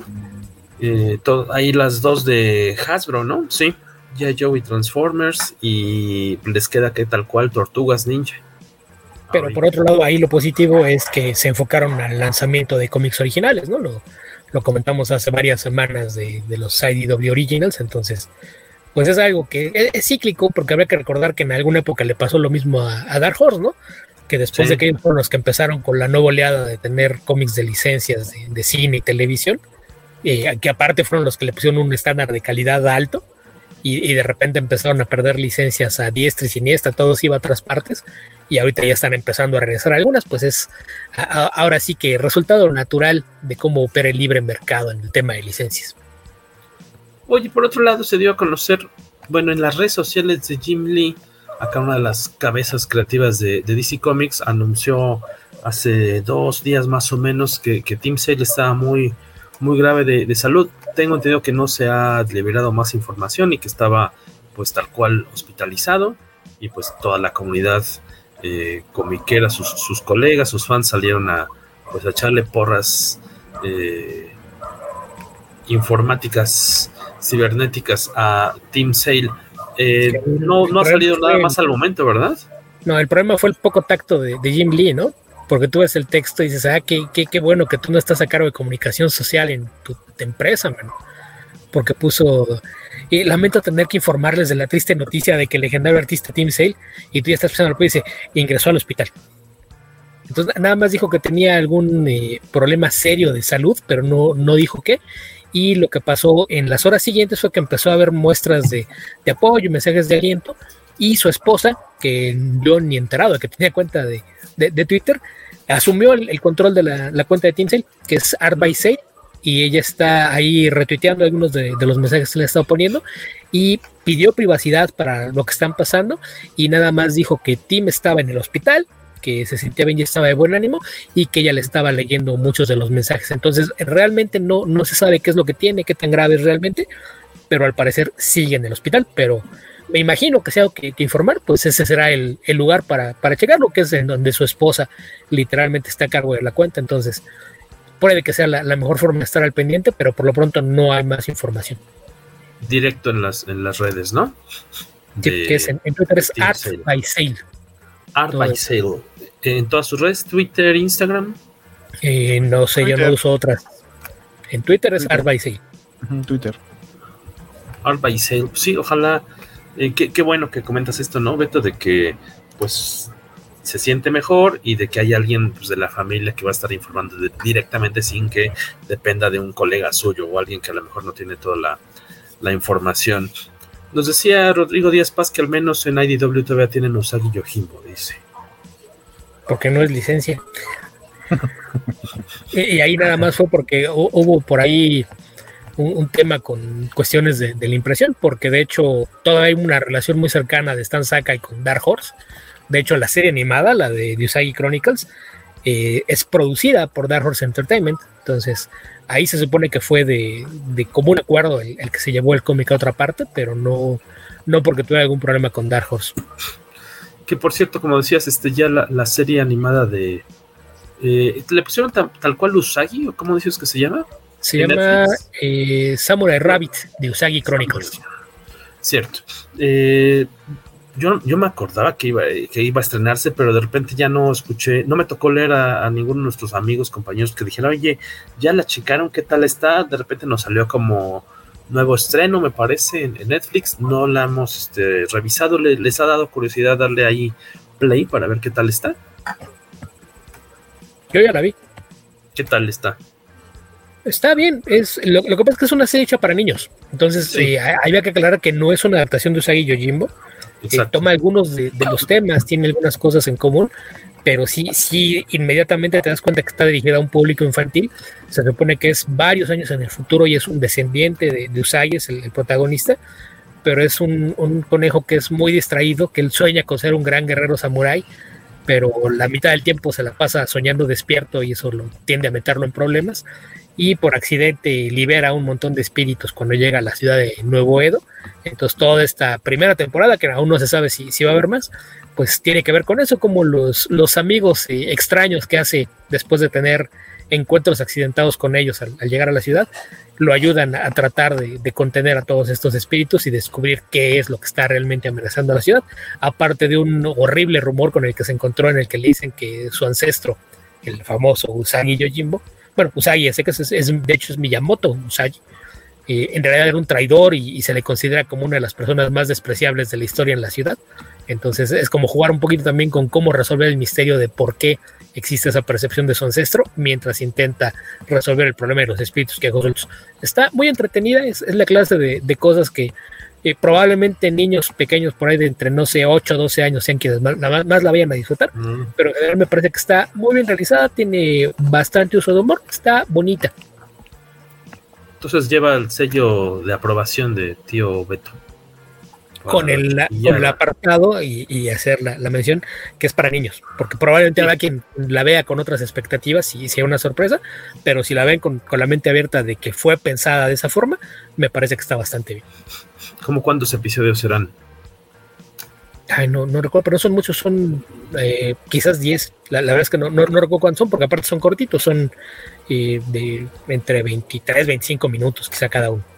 Eh, todo, ahí las dos de Hasbro, ¿no? Sí, G I. Joe y Transformers, y les queda que tal cual Tortugas Ninja. Pero por otro lado, ahí lo positivo es que se enfocaron al lanzamiento de cómics originales, ¿no? Lo, lo comentamos hace varias semanas de, de los I D W Originals, entonces, pues es algo que es, es cíclico, porque habría que recordar que en alguna época le pasó lo mismo a, a Dark Horse, ¿no? Que después sí. de que ellos fueron los que empezaron con la nueva oleada de tener cómics de licencias de, de cine y televisión, eh, que aparte fueron los que le pusieron un estándar de calidad alto, y, y de repente empezaron a perder licencias a diestra y siniestra, todos iba a otras partes, y ahorita ya están empezando a regresar algunas, pues es a, a, ahora sí que resultado natural de cómo opera el libre mercado en el tema de licencias. Oye, por otro lado se dio a conocer, bueno, en las redes sociales de Jim Lee, acá una de las cabezas creativas de, de D C Comics, anunció hace dos días más o menos que, que Tim Sale estaba muy, muy grave de, de salud. Tengo entendido que no se ha liberado más información y que estaba pues tal cual hospitalizado, y pues toda la comunidad Eh, comiquera, sus, sus colegas, sus fans salieron a, pues, a echarle porras eh, informáticas, cibernéticas a Tim Sale. Eh, no, no ha salido nada más al momento, ¿verdad? No, el problema fue el poco tacto de, de Jim Lee, ¿no? Porque tú ves el texto y dices, ah, qué, qué, qué bueno que tú no estás a cargo de comunicación social en tu, tu empresa, man. Porque puso... Y lamento tener que informarles de la triste noticia de que el legendario artista Tim Sale, y tú ya estás pensando, pues dice, ingresó al hospital. Entonces nada más dijo que tenía algún eh, problema serio de salud, pero no, no dijo qué. Y lo que pasó en las horas siguientes fue que empezó a haber muestras de, de apoyo, mensajes de aliento, y su esposa, que yo ni enterado de que tenía cuenta de, de, de Twitter, asumió el, el control de la, la cuenta de Tim Sale, que es Art by Sale, y ella está ahí retuiteando algunos de, de los mensajes que le ha estado poniendo, y pidió privacidad para lo que están pasando, y nada más dijo que Tim estaba en el hospital, que se sentía bien y estaba de buen ánimo, y que ella le estaba leyendo muchos de los mensajes. Entonces realmente no, no se sabe qué es lo que tiene, qué tan grave es realmente, pero al parecer sigue en el hospital. Pero me imagino que sea algo que, que informar, pues ese será el, el lugar para, para checarlo, que es en donde su esposa literalmente está a cargo de la cuenta. Entonces puede que sea la, la mejor forma de estar al pendiente, pero por lo pronto no hay más información. Directo en las, en las redes, ¿no? De, que es en, en Twitter es Art Sale. by Sale. Art by Sale. En todas sus redes, Twitter, Instagram. Eh, no sé, Twitter. Yo no uso otras. En Twitter es Twitter. Art by Sale. Uh-huh, Twitter. Art by Sale. Sí, ojalá. Eh, qué, qué bueno que comentas esto, ¿no, Beto? De que, pues, se siente mejor y de que hay alguien, pues, de la familia que va a estar informando de, directamente sin que dependa de un colega suyo o alguien que a lo mejor no tiene toda la, la información. Nos decía Rodrigo Díaz Paz que al menos en I D W todavía tienen Usagi Yojimbo, dice. Porque no es licencia. y, y ahí nada más fue porque hubo por ahí un, un tema con cuestiones de, de la impresión, porque de hecho todavía hay una relación muy cercana de Stan Sakai con Dark Horse. De hecho, la serie animada, la de Usagi Chronicles, eh, es producida por Dark Horse Entertainment. Entonces, ahí se supone que fue de, de común acuerdo el, el que se llevó el cómic a otra parte, pero no, no porque tuviera algún problema con Dark Horse. Que por cierto, como decías, este ya la, la serie animada de... Eh, ¿le pusieron tal, tal cual Usagi? ¿O cómo dices que se llama? Se llama eh, Samurai Rabbit de Usagi Chronicles. Cierto. Eh, yo, yo me acordaba que iba, que iba a estrenarse, pero de repente ya no escuché, no me tocó leer a, a ninguno de nuestros amigos, compañeros que dijeron, oye, ya la checaron, ¿qué tal está? De repente nos salió como nuevo estreno, me parece, en, en Netflix. No la hemos este, revisado. Le, ¿Les ha dado curiosidad darle ahí play para ver qué tal está? Yo ya la vi. ¿Qué tal está? Está bien, es lo, lo que pasa es que es una serie hecha para niños, entonces sí. eh, había que aclarar que no es una adaptación de Usagi Yojimbo, eh, toma algunos de, de los temas, tiene algunas cosas en común, pero sí, sí, inmediatamente te das cuenta que está dirigida a un público infantil. Se supone que es varios años en el futuro y es un descendiente de, de Usagi, es el, el protagonista, pero es un, un conejo que es muy distraído, que él sueña con ser un gran guerrero samurái, pero la mitad del tiempo se la pasa soñando despierto y eso lo tiende a meterlo en problemas. Y por accidente libera un montón de espíritus cuando llega a la ciudad de Nuevo Edo. Entonces toda esta primera temporada, que aún no se sabe si, si va a haber más, pues tiene que ver con eso, como los, los amigos eh, extraños que hace después de tener encuentros accidentados con ellos al, al llegar a la ciudad, lo ayudan a tratar de, de contener a todos estos espíritus y descubrir qué es lo que está realmente amenazando a la ciudad, aparte de un horrible rumor con el que se encontró en el que le dicen que su ancestro, el famoso Usagi Yojimbo, bueno, Usagi, sé que es, es, de hecho es Miyamoto Usagi, eh, en realidad era un traidor y, y se le considera como una de las personas más despreciables de la historia en la ciudad. Entonces es como jugar un poquito también con cómo resolver el misterio de por qué existe esa percepción de su ancestro mientras intenta resolver el problema de los espíritus que dejó sueltos. Está muy entretenida, es, es la clase de, de cosas que eh, probablemente niños pequeños por ahí de entre, no sé, ocho o doce años sean quienes más, más, más la vayan a disfrutar, mm. pero en general me parece que está muy bien realizada, tiene bastante uso de humor, está bonita. Entonces lleva el sello de aprobación de tío Beto. Con el, con el apartado y, y hacer la, la mención que es para niños, porque probablemente sí. habrá quien la vea con otras expectativas y sea una sorpresa, pero si la ven con, con la mente abierta de que fue pensada de esa forma, me parece que está bastante bien. ¿Cómo cuántos episodios serán? Ay, no, no recuerdo, pero no son muchos, son eh, quizás diez. La, la verdad es que no, no, no recuerdo cuántos son, porque aparte son cortitos, son eh, de entre veintitrés, veinticinco minutos quizá cada uno.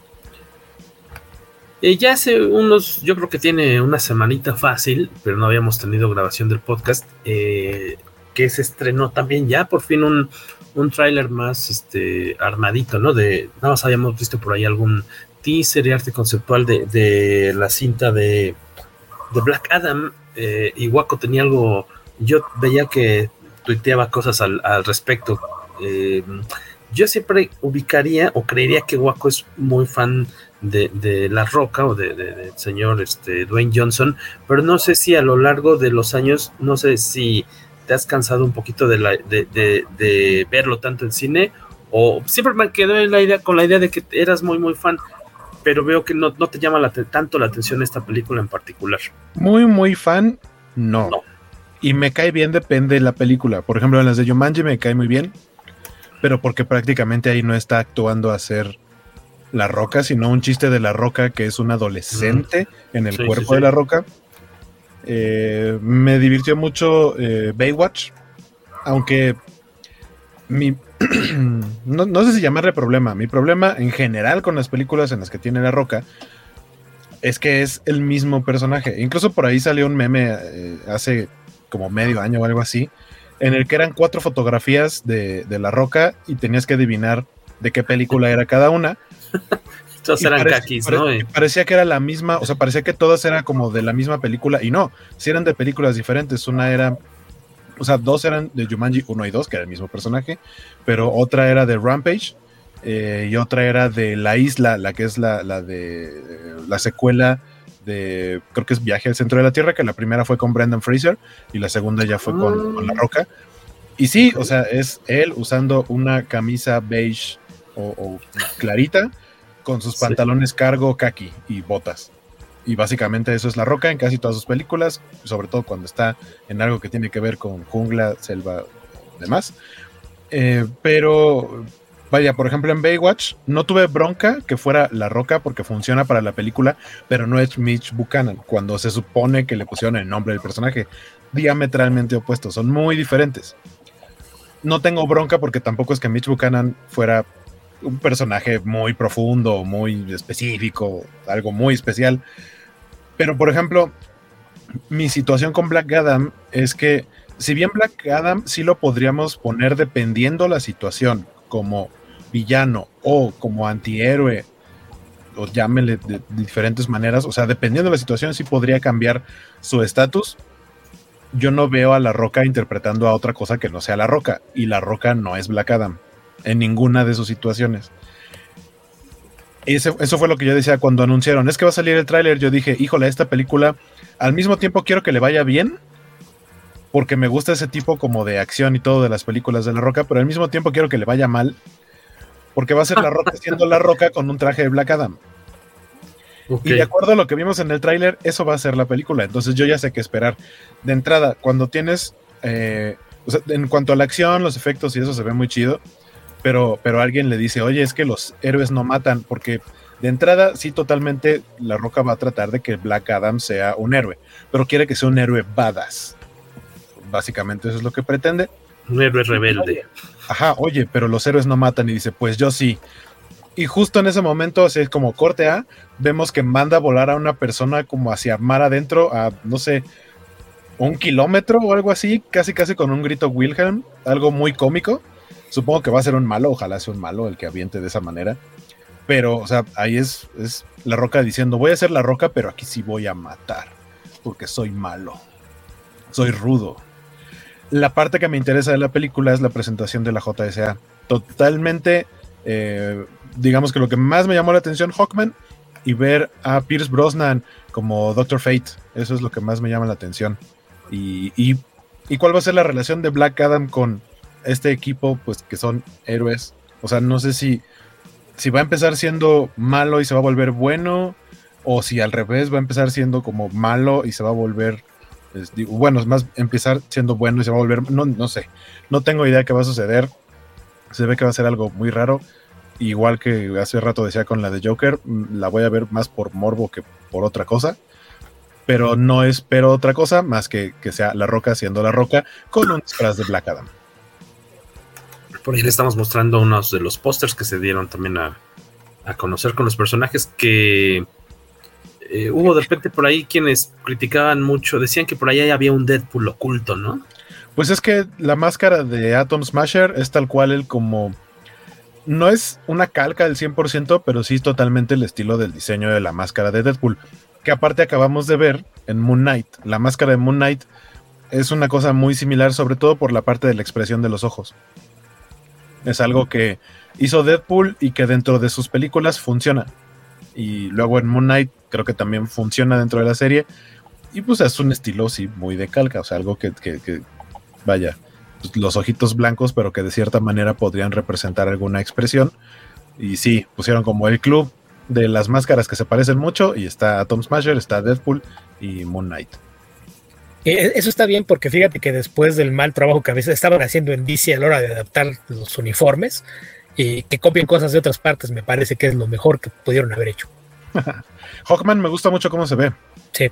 Eh, ya hace unos, yo creo que tiene una semanita fácil, pero no habíamos tenido grabación del podcast, eh, que se estrenó también ya por fin un, un tráiler más este, armadito, ¿no? De, nada más habíamos visto por ahí algún teaser y arte conceptual de, de la cinta de, de Black Adam, eh, y Waco tenía algo, yo veía que tuiteaba cosas al, al respecto. Eh, yo siempre ubicaría o creería que Waco es muy fan de, de La Roca o del de, de señor este, Dwayne Johnson, pero no sé si a lo largo de los años, no sé si te has cansado un poquito de, la, de, de, de verlo tanto en cine, o siempre me quedó en la idea, con la idea de que eras muy muy fan, pero veo que no, no te llama la, tanto la atención esta película en particular. Muy muy fan, no. no. Y me cae bien, depende de la película. Por ejemplo, en las de Jumanji me cae muy bien, pero porque prácticamente ahí no está actuando a ser La Roca, sino un chiste de La Roca que es un adolescente mm. en el sí, cuerpo sí, sí. de La Roca. Eh, me divirtió mucho eh, Baywatch, aunque mi no, no sé si llamarle problema. Mi problema en general con las películas en las que tiene La Roca es que es el mismo personaje. Incluso por ahí salió un meme eh, hace como medio año o algo así, en el que eran cuatro fotografías de, de La Roca y tenías que adivinar de qué película era cada una. Todas eran kakis, ¿no? Pare, parecía que era la misma, o sea, parecía que todas eran como de la misma película, y no, sí eran de películas diferentes. Una era, o sea, dos eran de Jumanji uno y dos, que era el mismo personaje, pero otra era de Rampage, eh, y otra era de La Isla, la que es la, la de eh, la secuela de, creo que es Viaje al Centro de la Tierra, que la primera fue con Brendan Fraser, y la segunda ya fue con, con La Roca. Y sí, o sea, es él usando una camisa beige o, o clarita, con sus pantalones sí. cargo, khaki y botas. Y básicamente eso es La Roca en casi todas sus películas, sobre todo cuando está en algo que tiene que ver con jungla, selva y demás. Eh, pero, vaya, por ejemplo en Baywatch, no tuve bronca que fuera La Roca porque funciona para la película, pero no es Mitch Buchanan, cuando se supone que le pusieron el nombre del personaje, diametralmente opuestos, son muy diferentes. No tengo bronca porque tampoco es que Mitch Buchanan fuera un personaje muy profundo, muy específico, algo muy especial. Pero, por ejemplo, mi situación con Black Adam es que, si bien Black Adam sí lo podríamos poner dependiendo la situación, como villano o como antihéroe, o llámele de, de diferentes maneras, o sea, dependiendo de la situación sí podría cambiar su estatus. Yo no veo a La Roca interpretando a otra cosa que no sea La Roca, y La Roca no es Black Adam en ninguna de sus situaciones. Ese, eso fue lo que yo decía cuando anunciaron, es que va a salir el tráiler. Yo dije, híjole, esta película al mismo tiempo quiero que le vaya bien, porque me gusta ese tipo como de acción y todo de las películas de La Roca, pero al mismo tiempo quiero que le vaya mal, porque va a ser La Roca siendo La Roca con un traje de Black Adam. Okay. Y de acuerdo a lo que vimos en el tráiler, eso va a ser la película. Entonces yo ya sé qué esperar. De entrada, cuando tienes eh, o sea, en cuanto a la acción, los efectos y eso se ve muy chido, pero, pero alguien le dice, oye, es que los héroes no matan, porque de entrada sí, totalmente La Roca va a tratar de que Black Adam sea un héroe, pero quiere que sea un héroe badass. Básicamente eso es lo que pretende. Un héroe rebelde. Ajá, oye, pero los héroes no matan, y dice, pues yo sí. Y justo en ese momento, así es como corte A, vemos que manda a volar a una persona como hacia mar adentro, a no sé, un kilómetro o algo así, casi casi con un grito Wilhelm, algo muy cómico. Supongo que va a ser un malo, ojalá sea un malo el que aviente de esa manera. Pero, o sea, ahí es, es La Roca diciendo, voy a ser La Roca, pero aquí sí voy a matar, porque soy malo, soy rudo. La parte que me interesa de la película es la presentación de la J S A. Totalmente, eh, digamos que lo que más me llamó la atención, Hawkman, y ver a Pierce Brosnan como Doctor Fate. Eso es lo que más me llama la atención. Y, y, y cuál va a ser la relación de Black Adam con este equipo, pues que son héroes. O sea, no sé si, si va a empezar siendo malo y se va a volver bueno, o si al revés va a empezar siendo como malo y se va a volver, es, digo, bueno, es más empezar siendo bueno y se va a volver, no, no sé, no tengo idea qué va a suceder. Se ve que va a ser algo muy raro, igual que hace rato decía con la de Joker, la voy a ver más por morbo que por otra cosa, pero no espero otra cosa más que que sea La Roca siendo La Roca con un disfraz de Black Adam. Por ahí le estamos mostrando unos de los pósters que se dieron también a, a conocer con los personajes, que eh, hubo de repente por ahí quienes criticaban mucho, decían que por ahí había un Deadpool oculto, ¿no? Pues es que la máscara de Atom Smasher es tal cual él, como no es una calca del cien por ciento, pero sí totalmente el estilo del diseño de la máscara de Deadpool, que aparte acabamos de ver en Moon Knight. La máscara de Moon Knight es una cosa muy similar, sobre todo por la parte de la expresión de los ojos. Es algo que hizo Deadpool y que dentro de sus películas funciona. Y luego en Moon Knight creo que también funciona dentro de la serie. Y pues es un estilo, sí, muy de calca. O sea, algo que, que, que vaya, pues los ojitos blancos, pero que de cierta manera podrían representar alguna expresión. Y sí, pusieron como el club de las máscaras que se parecen mucho. Y está Atom Smasher, está Deadpool y Moon Knight. Eso está bien, porque fíjate que después del mal trabajo que a veces estaban haciendo en D C a la hora de adaptar los uniformes, y que copien cosas de otras partes, me parece que es lo mejor que pudieron haber hecho. Hawkman me gusta mucho cómo se ve. Sí.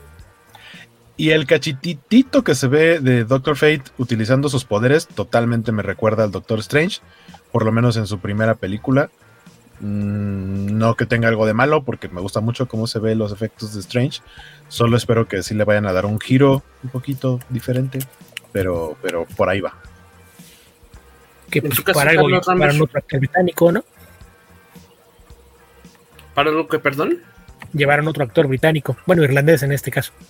Y el cachititito que se ve de Doctor Fate utilizando sus poderes totalmente me recuerda al Doctor Strange, por lo menos en su primera película. Mm, no que tenga algo de malo, porque me gusta mucho cómo se ven los efectos de Strange. Solo espero que sí le vayan a dar un giro un poquito diferente, pero, pero por ahí va. Que pues, para algo para un otro actor británico, ¿no? ¿Para lo que, perdón? Llevaron otro actor británico, bueno, irlandés en este caso.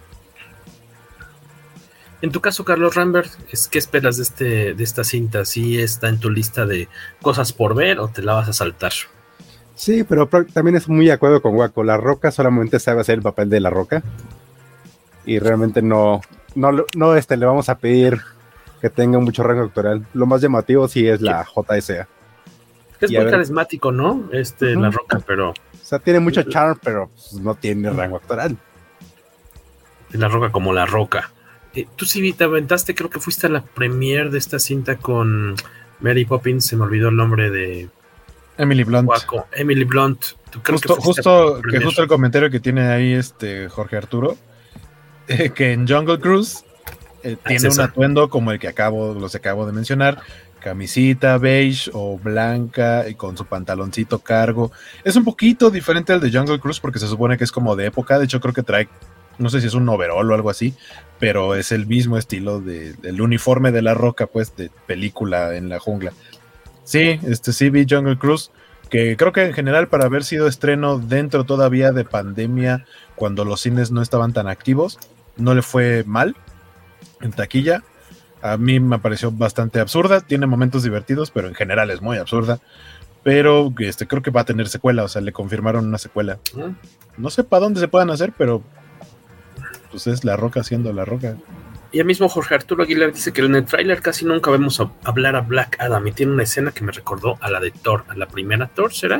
En tu caso, Carlos Rambert, ¿qué esperas de este de esta cinta? ¿Sí está en tu lista de cosas por ver o te la vas a saltar? Sí, pero también es muy de acuerdo con Waco. La Roca solamente sabe hacer el papel de La Roca. Y realmente no, no, no este, le vamos a pedir que tenga mucho rango actoral. Lo más llamativo sí es la J S A. Es muy ver... carismático, ¿no? Este, uh-huh. La Roca, pero... O sea, tiene mucho charm, pero pues, no tiene rango actoral. La Roca como La Roca. Eh, tú sí te aventaste, creo que fuiste a la premiere de esta cinta con Mary Poppins, se me olvidó el nombre de... Emily Blunt. Guaco. Emily Blunt. ¿Tú crees justo, que, justo, que justo el comentario que tiene ahí este Jorge Arturo, eh, que en Jungle Cruise eh, ah, tiene es un atuendo como el que acabo, los acabo de mencionar, camisita beige o blanca y con su pantaloncito cargo. Es un poquito diferente al de Jungle Cruise porque se supone que es como de época, de hecho creo que trae, no sé si es un overall o algo así, pero es el mismo estilo de, del uniforme de La Roca, pues, de película en la jungla. Sí, este sí vi Jungle Cruise, que creo que en general para haber sido estreno dentro todavía de pandemia, cuando los cines no estaban tan activos, no le fue mal en taquilla. A mí me pareció bastante absurda, tiene momentos divertidos, pero en general es muy absurda. Pero este, creo que va a tener secuela, o sea, le confirmaron una secuela. No sé para dónde se puedan hacer, pero pues es La Roca siendo La Roca. Y el mismo Jorge Arturo Aguilar dice que en el tráiler casi nunca vemos a hablar a Black Adam y tiene una escena que me recordó a la de Thor, a la primera Thor, ¿será?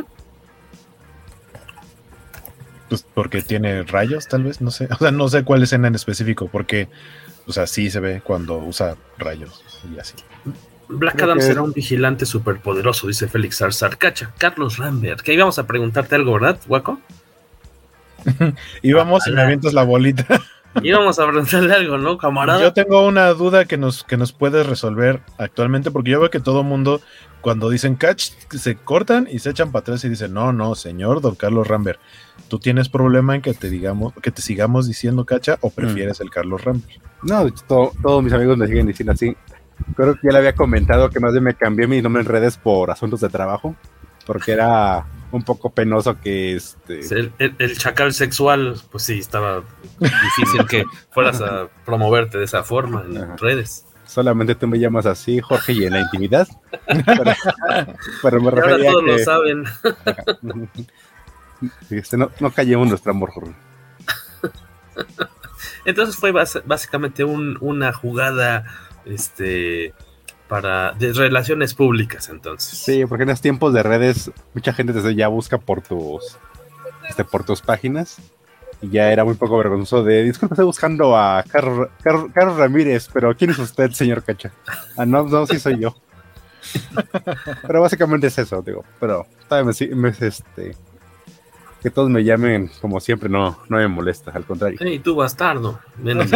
Pues porque tiene rayos, tal vez, no sé. O sea, no sé cuál escena en específico, porque, o sea, sí se ve cuando usa rayos y así. Black Creo Adam que... será un vigilante superpoderoso, dice Félix Arzar. Cacha, Carlos Rambert, que íbamos a preguntarte algo, ¿verdad, Guaco? Íbamos ah, y me avientas la bolita. Íbamos a preguntarle algo, ¿no, camarada? Yo tengo una duda que nos, que nos puedes resolver actualmente, porque yo veo que todo mundo, cuando dicen catch, se cortan y se echan para atrás y dicen, no, no, señor don Carlos Rambert, ¿tú tienes problema en que te digamos, que te sigamos diciendo cacha o prefieres mm. el Carlos Rambert? No, de hecho, todo, todos mis amigos me siguen diciendo así. Creo que ya le había comentado que más bien me cambié mi nombre en redes por asuntos de trabajo, porque era un poco penoso que este... El, el, el chacal sexual, pues sí, estaba difícil que fueras a promoverte de esa forma en Ajá. redes. Solamente tú me llamas así, Jorge, y en la intimidad. Pero, pero me refería ahora todos que... lo saben. Este, no, no callemos nuestro amor, Jorge. Entonces fue bas- básicamente un, una jugada este para de relaciones públicas, entonces. Sí, porque en estos tiempos de redes mucha gente desde ya busca por tus este, por tus páginas y ya era muy poco vergonzoso de disculpe, estoy buscando a Carlos Car- Car- Ramírez, pero ¿quién es usted, señor Cacha? Ah, no, no, sí soy yo. Pero básicamente es eso, digo, pero todavía me, me este que todos me llamen como siempre no, no me molesta, al contrario. Hey, tú bastardo. Menos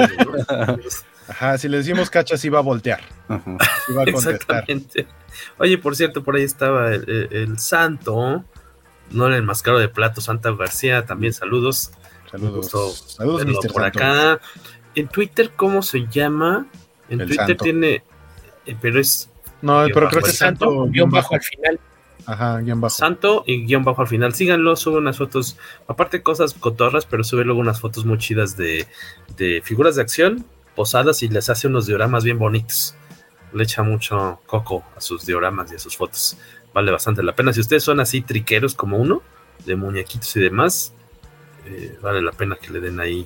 Ajá, si le decimos cacha, sí va a voltear. Uh-huh. Sí va a contestar. Exactamente. Oye, por cierto, por ahí estaba el, el, el Santo, no el enmascaro de plato, Santa García, también saludos. Saludos. Saludos, mister por Santo. acá. En Twitter, ¿cómo se llama? En el Twitter Santo. Tiene, eh, pero es... No, pero creo que es Santo, Santo, guión bajo al final. Ajá, guión bajo. Santo y guión bajo al final. Síganlo, sube unas fotos, aparte cosas cotorras, pero sube luego unas fotos muy chidas de, de figuras de acción posadas y les hace unos dioramas bien bonitos. Le echa mucho coco a sus dioramas y a sus fotos. Vale bastante la pena. Si ustedes son así triqueros como uno, de muñequitos y demás, eh, vale la pena que le den ahí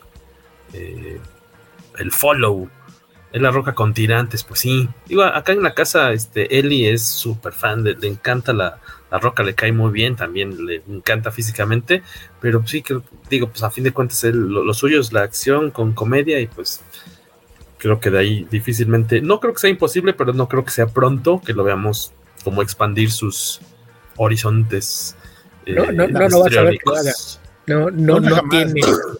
eh, el follow. Es La Roca con tirantes, pues sí. Digo, acá en la casa, este, Eli es súper fan, le, le encanta la, la Roca, le cae muy bien, también le encanta físicamente, pero sí que, digo, pues a fin de cuentas él, lo, lo suyo es la acción con comedia y pues creo que de ahí difícilmente, no creo que sea imposible, pero no creo que sea pronto que lo veamos como expandir sus horizontes. No, eh, no, no, no vas a ver que lo haga. No, no, no, no tiene.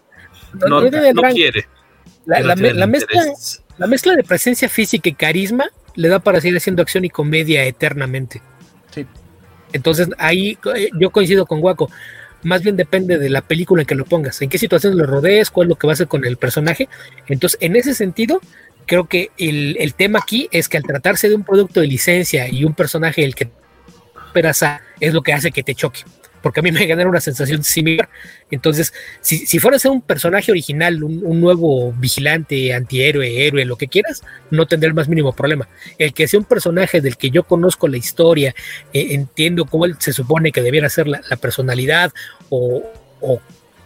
No, no, no, no quiere. La, la, me, la, mezcla, la mezcla de presencia física y carisma le da para seguir haciendo acción y comedia eternamente. Sí. Entonces ahí yo coincido con Guaco. Más bien depende de la película en que lo pongas, en qué situación lo rodees, cuál es lo que va a hacer con el personaje. Entonces, en ese sentido, creo que el, el tema aquí es que al tratarse de un producto de licencia y un personaje el que esperas a, es lo que hace que te choque. Porque a mí me genera una sensación similar. Entonces, si, si fuera a ser un personaje original, un, un nuevo vigilante, antihéroe, héroe, lo que quieras, no tendré el más mínimo problema. El que sea un personaje del que yo conozco la historia, eh, entiendo cómo él se supone que debiera ser la, la personalidad o, o,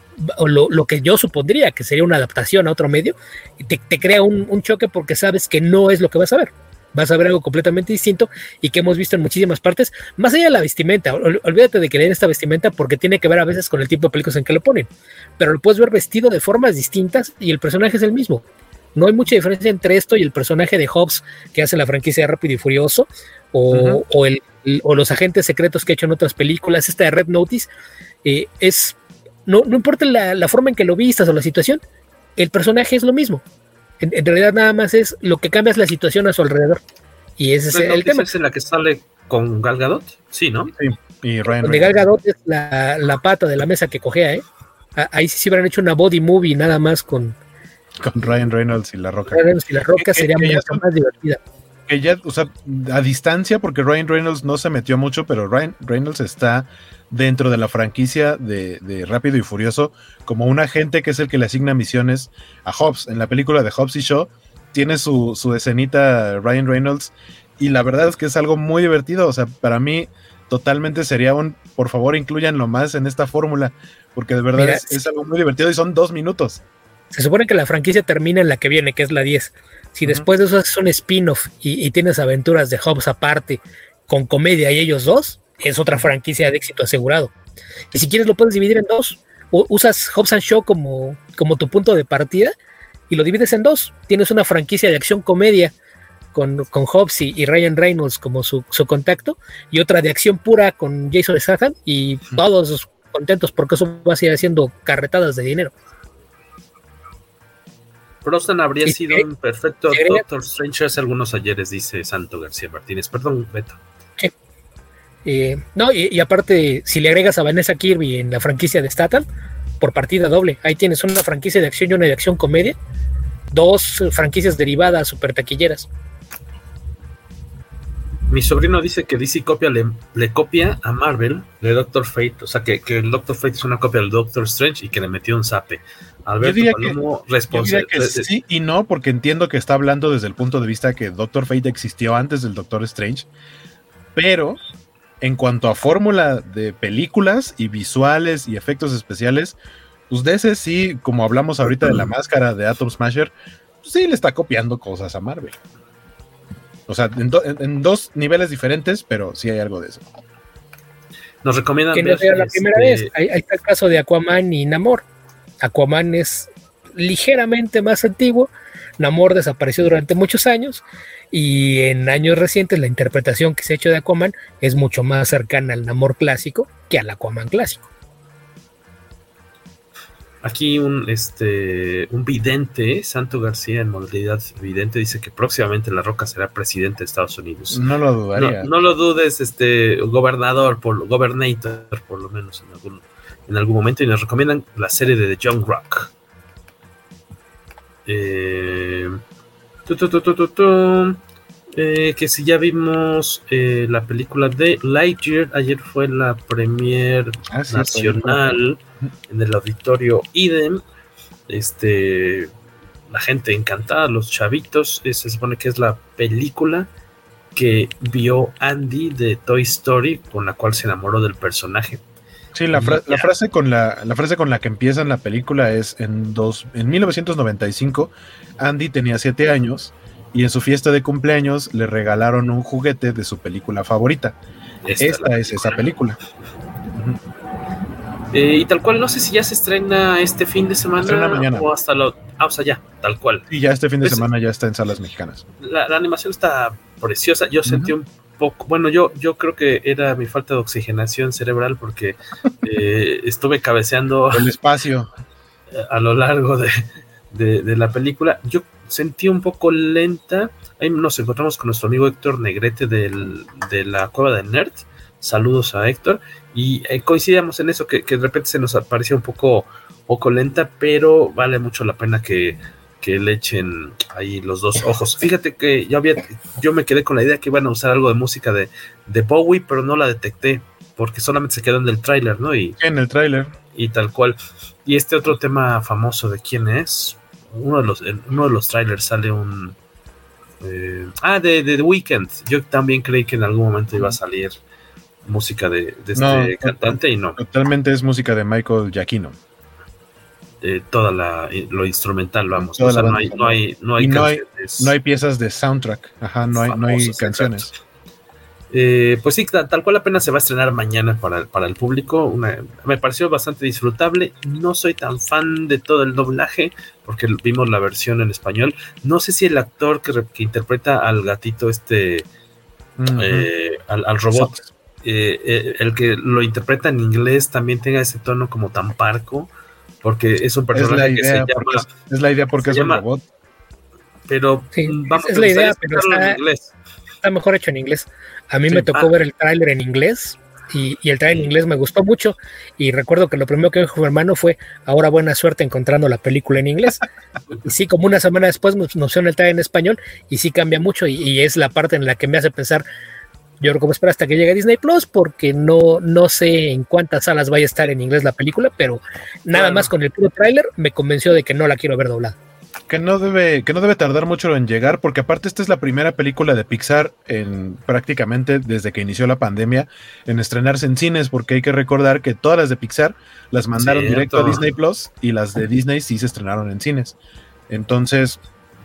o lo, lo que yo supondría que sería una adaptación a otro medio, te, te crea un, un choque porque sabes que no es lo que vas a ver. vas a ver algo completamente distinto y que hemos visto en muchísimas partes, más allá de la vestimenta. Ol- olvídate de que le den esta vestimenta porque tiene que ver a veces con el tipo de películas en que lo ponen, pero lo puedes ver vestido de formas distintas y el personaje es el mismo. No hay mucha diferencia entre esto y el personaje de Hobbs que hace la franquicia de Rápido y Furioso o, uh-huh. o, el, el, o los agentes secretos que ha hecho en otras películas. Esta de Red Notice eh, es, no, no importa la, la forma en que lo vistas o la situación, el personaje es lo mismo. En, en realidad nada más es lo que cambia es la situación a su alrededor. Y ese es el, el tema. ¿Es en la que sale con Gal Gadot? Sí, ¿no? Sí. Y Ryan Donde Gal Gadot es la, la pata de la mesa que cojea, ¿eh? Ahí sí se hubieran hecho una body movie nada más con... Con Ryan Reynolds y La Roca. Ryan Reynolds y La Roca que, sería que mucho son, más divertida. Que ya, o sea, a distancia, porque Ryan Reynolds no se metió mucho, pero Ryan Reynolds está dentro de la franquicia de, de Rápido y Furioso como un agente que es el que le asigna misiones a Hobbs. En la película de Hobbs y Shaw tiene su, su escenita Ryan Reynolds y la verdad es que es algo muy divertido. O sea, para mí totalmente sería un, por favor incluyanlo más en esta fórmula, porque de verdad Mira, es, es algo muy divertido y son dos minutos. Se supone que la franquicia termina en la que viene, que es la diez. Si uh-huh. después de eso es un spin-off y, y tienes aventuras de Hobbs aparte, con comedia y ellos dos, es otra franquicia de éxito asegurado. Y si quieres lo puedes dividir en dos. O usas Hobbs and Shaw como, como tu punto de partida y lo divides en dos. Tienes una franquicia de acción-comedia con, con Hobbs y, y Ryan Reynolds como su, su contacto y otra de acción pura con Jason Statham y uh-huh. todos contentos porque eso va a seguir haciendo carretadas de dinero. Brosnan habría ¿Y sido un perfecto Doctor Strange hace algunos ayeres, dice Santo García Martínez. Perdón, Beto. Sí. Eh, no, y, y aparte, si le agregas a Vanessa Kirby en la franquicia de Statham, por partida doble, ahí tienes una franquicia de acción y una de acción comedia, dos franquicias derivadas super taquilleras. Mi sobrino dice que D C copia le, le copia a Marvel de Doctor Fate, o sea que, que el Doctor Fate es una copia del Doctor Strange y que le metió un zape. Alberto yo diría Palomo, que, yo diría que sí y no, porque entiendo que está hablando desde el punto de vista que Doctor Fate existió antes del Doctor Strange, pero en cuanto a fórmula de películas y visuales y efectos especiales, pues de ese sí, como hablamos ahorita de la máscara de Atom Smasher, pues sí le está copiando cosas a Marvel. O sea, en, do, en, en dos niveles diferentes, pero sí hay algo de eso. Nos recomiendan que no sea la este... primera vez. Ahí, ahí está el caso de Aquaman y Namor. Aquaman es ligeramente más antiguo, Namor desapareció durante muchos años y en años recientes la interpretación que se ha hecho de Aquaman es mucho más cercana al Namor clásico que al Aquaman clásico. Aquí un este un vidente, Santo García en modalidad vidente, dice que próximamente La Roca será presidente de Estados Unidos. No lo dudaría. No, no lo dudes, este gobernador, por gobernator, por lo menos en algún en algún momento, y nos recomiendan la serie de The Young Rock. Eh, tu, tu, tu, tu, tu, tu, eh, que si ya vimos eh, la película de Lightyear, ayer fue la premier ah, sí, nacional en el auditorio Eden. Este, la gente encantada, los chavitos, eh, se supone que es la película que vio Andy de Toy Story, con la cual se enamoró del personaje. Sí, la, fra- la frase con la, la frase con la que empieza la película es en, dos, en mil novecientos noventa y cinco, Andy tenía siete años y en su fiesta de cumpleaños le regalaron un juguete de su película favorita. Esta, Esta es esa película. Uh-huh. Eh, y tal cual, no sé si ya se estrena este fin de semana mañana. o hasta lo... Ah, o sea, ya, tal cual. Y ya este fin de pues, semana ya está en salas mexicanas. La, la animación está preciosa, yo uh-huh. sentí un poco, bueno, yo, yo creo que era mi falta de oxigenación cerebral porque eh, estuve cabeceando el espacio a, a lo largo de, de, de la película. Yo sentí un poco lenta. Ahí nos encontramos con nuestro amigo Héctor Negrete del, de la Cueva del Nerd. Saludos a Héctor. Y eh, coincidíamos en eso, que, que de repente se nos aparecía un poco, poco lenta, pero vale mucho la pena que que le echen ahí los dos ojos. Fíjate que yo había, yo me quedé con la idea que iban a usar algo de música de, de Bowie, pero no la detecté, porque solamente se quedó en el tráiler, ¿no? Y, en el tráiler. Y tal cual. Y este otro tema famoso de quién es, uno de los, en uno de los trailers sale un eh, ah, de, de The Weeknd. Yo también creí que en algún momento iba a salir música de, de este no, cantante y no. Totalmente es música de Michael Giacchino. eh, toda la lo instrumental, vamos. O sea, no hay, no hay, no hay, no hay, no hay piezas de soundtrack, ajá, no hay, no hay canciones. Eh, pues sí, tal, tal cual apenas se va a estrenar mañana para, para el público. Una, me pareció bastante disfrutable. No soy tan fan de todo el doblaje porque vimos la versión en español. No sé si el actor que, que interpreta al gatito este, uh-huh. eh, al, al robot, eh, eh, el que lo interpreta en inglés también tenga ese tono como tan parco, porque es un personaje que se llama, es, es la idea porque es llama, un robot. Pero sí, vamos es, es la idea, pero está, en inglés. Está mejor hecho en inglés. A mí sí, me tocó ah. ver el tráiler en inglés y, y el tráiler en inglés me gustó mucho y recuerdo que lo primero que dijo mi hermano fue ahora buena suerte encontrando la película en inglés. Y sí, como una semana después nos pusieron el tráiler en español y sí cambia mucho y, y es la parte en la que me hace pensar, yo creo que voy a esperar hasta que llegue a Disney Plus porque no, no sé en cuántas salas vaya a estar en inglés la película, pero nada claro. más con el puro tráiler me convenció de que no la quiero ver doblada. Que no debe, que no debe tardar mucho en llegar, porque aparte esta es la primera película de Pixar en prácticamente desde que inició la pandemia en estrenarse en cines, porque hay que recordar que todas las de Pixar las mandaron Cierto. directo a Disney Plus y las de Disney sí se estrenaron en cines. Entonces,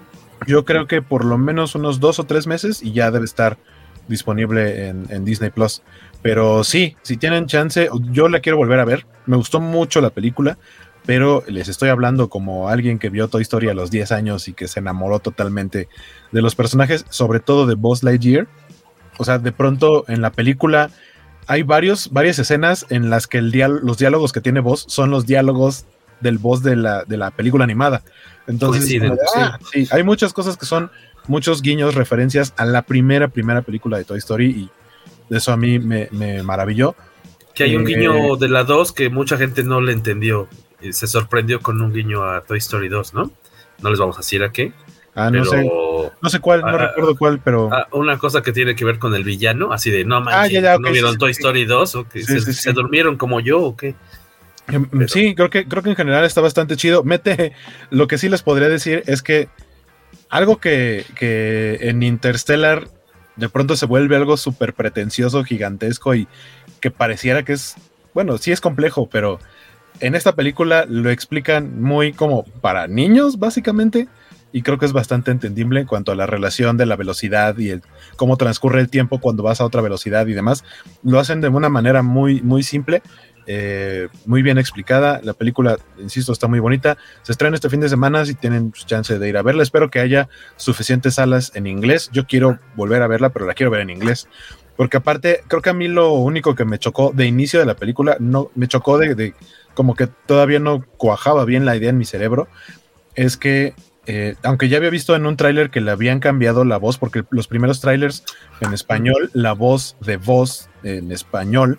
yo creo que por lo menos unos dos o tres meses y ya debe estar disponible en, en Disney Plus. Pero sí, si tienen chance, yo la quiero volver a ver. Me gustó mucho la película. Pero les estoy hablando como alguien que vio Toy Story a los diez años y que se enamoró totalmente de los personajes, sobre todo de Buzz Lightyear. O sea, de pronto en la película hay varios, varias escenas en las que el diálogo, los diálogos que tiene Buzz son los diálogos del Buzz de la, de la película animada. Entonces, sí, como, ah, sí, hay muchas cosas que son muchos guiños, referencias a la primera, primera película de Toy Story y eso a mí me, me maravilló. Que hay un eh, guiño de la dos que mucha gente no le entendió. Se sorprendió con un guiño a Toy Story dos, ¿no? No les vamos a decir a qué. Ah, no sé. No sé cuál, no ah, recuerdo cuál, pero... Ah, una cosa que tiene que ver con el villano, así de, no manches, ah, ya, ya, okay, ¿no vieron sí, Toy sí, Story dos? ¿O que sí, se, sí, sí. se durmieron como yo o qué? Pero... Sí, creo que, creo que en general está bastante chido. Mete, lo que sí les podría decir es que algo que, que en Interstellar de pronto se vuelve algo súper pretencioso, gigantesco y que pareciera que es, bueno, sí es complejo, pero... En esta película lo explican muy como para niños, básicamente, y creo que es bastante entendible en cuanto a la relación de la velocidad y el, cómo transcurre el tiempo cuando vas a otra velocidad y demás. Lo hacen de una manera muy, muy simple, eh, muy bien explicada. La película, insisto, está muy bonita. Se estrena este fin de semana, si tienen chance de ir a verla. Espero que haya suficientes salas en inglés. Yo quiero volver a verla, pero la quiero ver en inglés. Porque aparte, creo que a mí lo único que me chocó de inicio de la película, no me chocó de... de como que todavía no cuajaba bien la idea en mi cerebro, es que, eh, aunque ya había visto en un tráiler que le habían cambiado la voz, porque los primeros tráilers en español, la voz de voz en español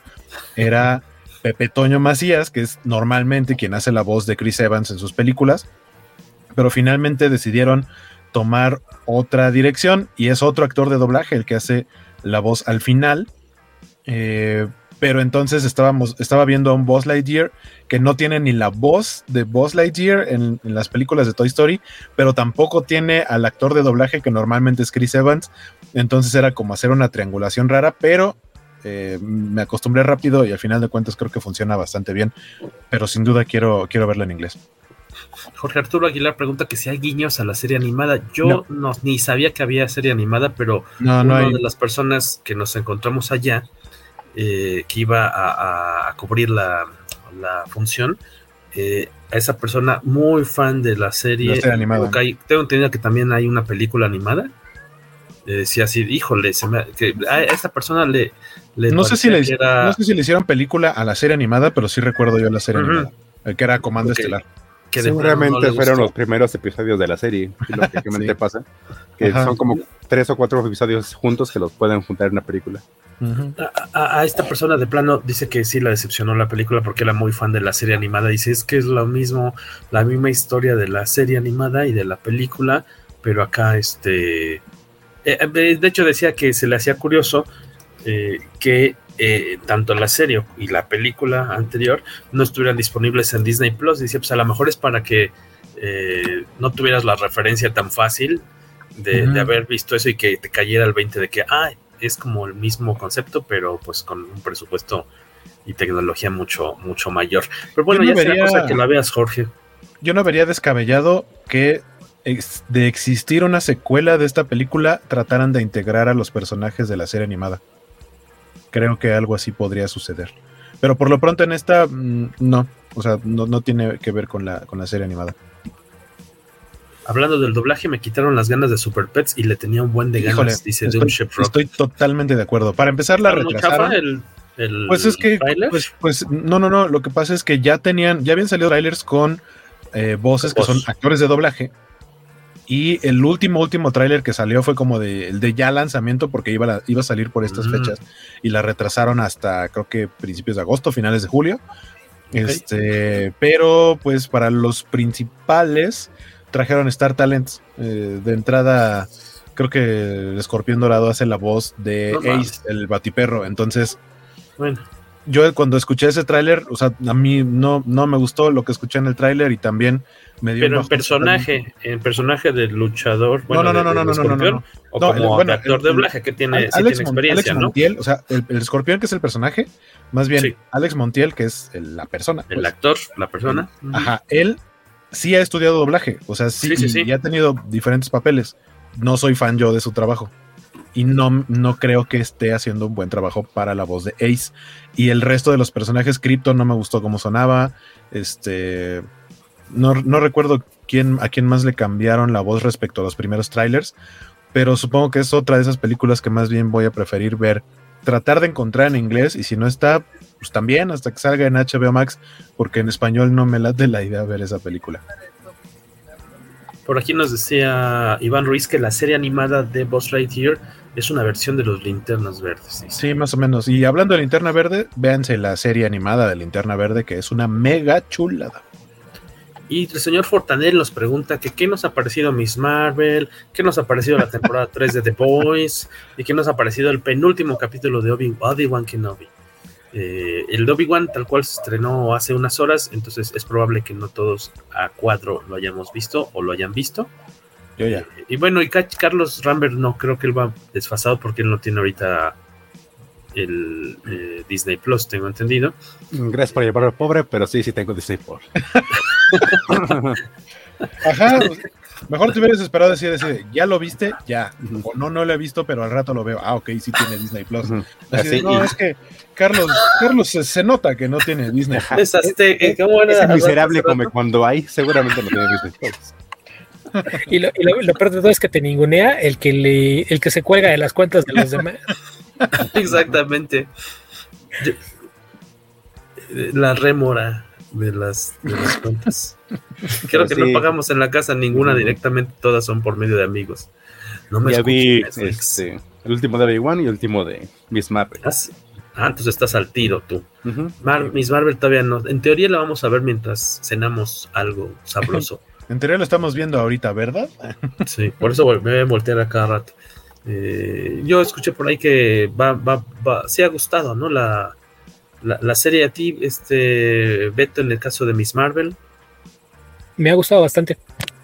era Pepe Toño Macías, que es normalmente quien hace la voz de Chris Evans en sus películas, pero finalmente decidieron tomar otra dirección, y es otro actor de doblaje el que hace la voz al final, eh, pero entonces estábamos, estaba viendo a un Buzz Lightyear que no tiene ni la voz de Buzz Lightyear en, en las películas de Toy Story, pero tampoco tiene al actor de doblaje que normalmente es Chris Evans, entonces era como hacer una triangulación rara, pero eh, me acostumbré rápido y al final de cuentas creo que funciona bastante bien, pero sin duda quiero, quiero verla en inglés. Jorge Arturo Aguilar pregunta que si hay guiños a la serie animada. Yo no, no ni sabía que había serie animada, pero no, no una hay. de las personas que nos encontramos allá Eh, que iba a, a cubrir la, la función, eh, a esa persona muy fan de la serie, la animada. Hay, tengo entendido que también hay una película animada, eh, decía así, híjole, se me, que a esta persona le, le no sé si le era... no sé si le hicieron película a la serie animada, pero sí recuerdo yo la serie uh-huh. animada, el que era Comando okay. Estelar. Que seguramente no fueron los primeros episodios de la serie, lo que sí. pasa, que Ajá. son como tres o cuatro episodios juntos que los pueden juntar en una película. Uh-huh. A, a esta persona de plano dice que sí la decepcionó la película porque era muy fan de la serie animada. Dice es que es lo mismo, la misma historia de la serie animada y de la película, pero acá este eh, de hecho decía que se le hacía curioso eh, que eh, tanto la serie y la película anterior no estuvieran disponibles en Disney Plus. Dice pues a lo mejor es para que eh, no tuvieras la referencia tan fácil de, uh-huh. de haber visto eso y que te cayera el veinte de que ay es como el mismo concepto, pero pues con un presupuesto y tecnología mucho, mucho mayor. Pero bueno, ya vería, sea cosa que la veas, Jorge. yo no vería descabellado que de existir una secuela de esta película trataran de integrar a los personajes de la serie animada. Creo que algo así podría suceder. Pero por lo pronto en esta, mmm, no. O sea, no, no tiene que ver con la, con la serie animada. Hablando del doblaje, me quitaron las ganas de Super Pets y le tenía un buen de ganas, Híjole, dice estoy, Doom Shep Rock. Estoy totalmente de acuerdo. Para empezar, la retrasaron. El, el pues es que, pues, pues, no, no, no. Lo que pasa es que ya tenían, ya habían salido trailers con eh, voces que son actores de doblaje. Y el último, último tráiler que salió fue como de, el de ya lanzamiento, porque iba a, iba a salir por estas mm. fechas. Y la retrasaron hasta, creo que principios de agosto, finales de julio. Okay. Este, pero pues para los principales trajeron Star Talents. Eh, de entrada, creo que el Escorpión Dorado hace la voz de no, Ace, man. el Batiperro. Entonces, bueno, yo cuando escuché ese tráiler, o sea, a mí no, no me gustó lo que escuché en el tráiler y también me dio. Pero en personaje, en personaje del luchador, bueno, no, no, no, de, no, de no, no, no, no, o no, como el, bueno, actor el, de doblaje que tiene, Alex, sí tiene experiencia, Alex ¿no? Montiel, o sea, el, el Escorpión que es el personaje, más bien sí. Alex Montiel que es el, la persona, el pues, actor, la persona. Ajá, él sí ha estudiado doblaje, o sea, sí, sí, sí, sí. y ha tenido diferentes papeles. No soy fan yo de su trabajo. Y no, no creo que esté haciendo un buen trabajo para la voz de Ace. Y el resto de los personajes, Krypton no me gustó cómo sonaba. Este, no, no recuerdo quién, a quién más le cambiaron la voz respecto a los primeros trailers. Pero supongo que es otra de esas películas que más bien voy a preferir ver. Tratar de encontrar en inglés. Y si no está, pues también hasta que salga en H B O Max. Porque en español no me late la idea de ver esa película. Por aquí nos decía Iván Ruiz que la serie animada de Buzz Lightyear es una versión de los Linternas Verdes. ¿Sí? sí, más o menos. Y hablando de Linterna Verde, véanse la serie animada de Linterna Verde, que es una mega chulada. Y el señor Fortanel nos pregunta que qué nos ha parecido Miss Marvel, qué nos ha parecido la temporada tres de The Boys, y qué nos ha parecido el penúltimo capítulo de Obi- Obi-Wan Kenobi. Eh, el Obi-Wan tal cual se estrenó hace unas horas, entonces es probable que no todos a cuadro lo hayamos visto o lo hayan visto. Yo ya. Eh, y bueno, y Carlos Rambert no, creo que él va desfasado porque él no tiene ahorita el eh, Disney Plus, tengo entendido. Gracias por llevarlo al pobre, pero sí, sí tengo Disney Plus. Ajá, mejor te hubieras esperado decir, decir, ¿ya lo viste? Ya. O no, no lo he visto, pero al rato lo veo. Ah, ok, sí tiene Disney Plus. Uh-huh. Así Así, de, no, y... es que Carlos, Carlos se, se nota que no tiene Disney Plus. Es, este, ¿cómo es miserable como cuando hay, seguramente no tiene Disney Plus. Y lo, y lo, lo peor de todo es que te ningunea el que le, el que se cuelga de las cuentas de los demás. Exactamente. Yo, la rémora de las, de las cuentas. Creo que sí. No pagamos en la casa ninguna uh-huh. directamente, todas son por medio de amigos. No me ya vi este, el último de Obi-Wan y el último de Miss Marvel. Ah, sí. Ah, entonces estás al tiro tú. Uh-huh. Mar- Miss Marvel todavía no. En teoría la vamos a ver mientras cenamos algo sabroso. En teoría lo estamos viendo ahorita, ¿verdad? Sí, por eso me voy a voltear a cada rato. Eh, yo escuché por ahí que va, va, va, sí ha gustado, ¿no? La, la, la serie a ti, este, Beto, en el caso de Miss Marvel. Me ha gustado bastante.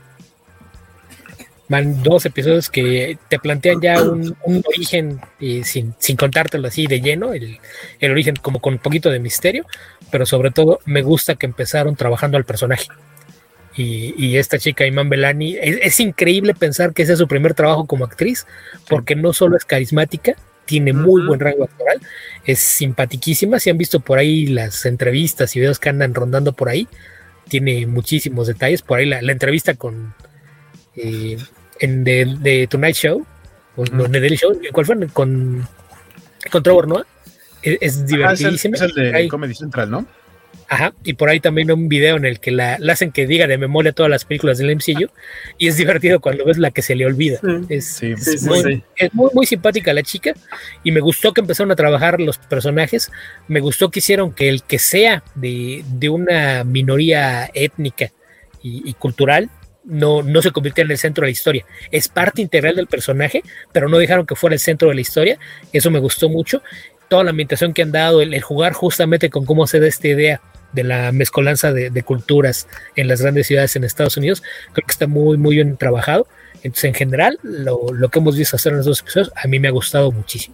Van dos episodios que te plantean ya un, un origen, eh, sin, sin contártelo así de lleno, el, el origen como con un poquito de misterio, pero sobre todo me gusta que empezaron trabajando al personaje. Y, y esta chica, Iman Belani, es, es increíble pensar que ese es su primer trabajo como actriz, porque no solo es carismática, tiene muy buen rango actoral, es simpaticísima. Si han visto por ahí las entrevistas y videos que andan rondando por ahí, tiene muchísimos detalles. Por ahí la, la entrevista con eh, en de, de Tonight Show, o uh-huh. de Daily Show, ¿cuál fue? Con, con Trevor Noah, es, es divertidísima. Ah, es el, es el de ahí. Comedy Central, ¿no? Ajá, y por ahí también un video en el que la, la hacen que diga de memoria todas las películas del M C U, y es divertido cuando ves la que se le olvida. Sí, es, sí, es, sí, muy, sí. es muy, muy simpática la chica, y me gustó que empezaron a trabajar los personajes. Me gustó que hicieron que el que sea de, de una minoría étnica y, y cultural no, no se convirtiera en el centro de la historia. Es parte integral del personaje, pero no dejaron que fuera el centro de la historia. Eso me gustó mucho. Toda la ambientación que han dado, el, el jugar justamente con cómo se da esta idea de la mezcolanza de, de culturas en las grandes ciudades en Estados Unidos, creo que está muy muy bien trabajado. Entonces, en general, lo, lo que hemos visto hacer en los dos episodios, a mí me ha gustado muchísimo.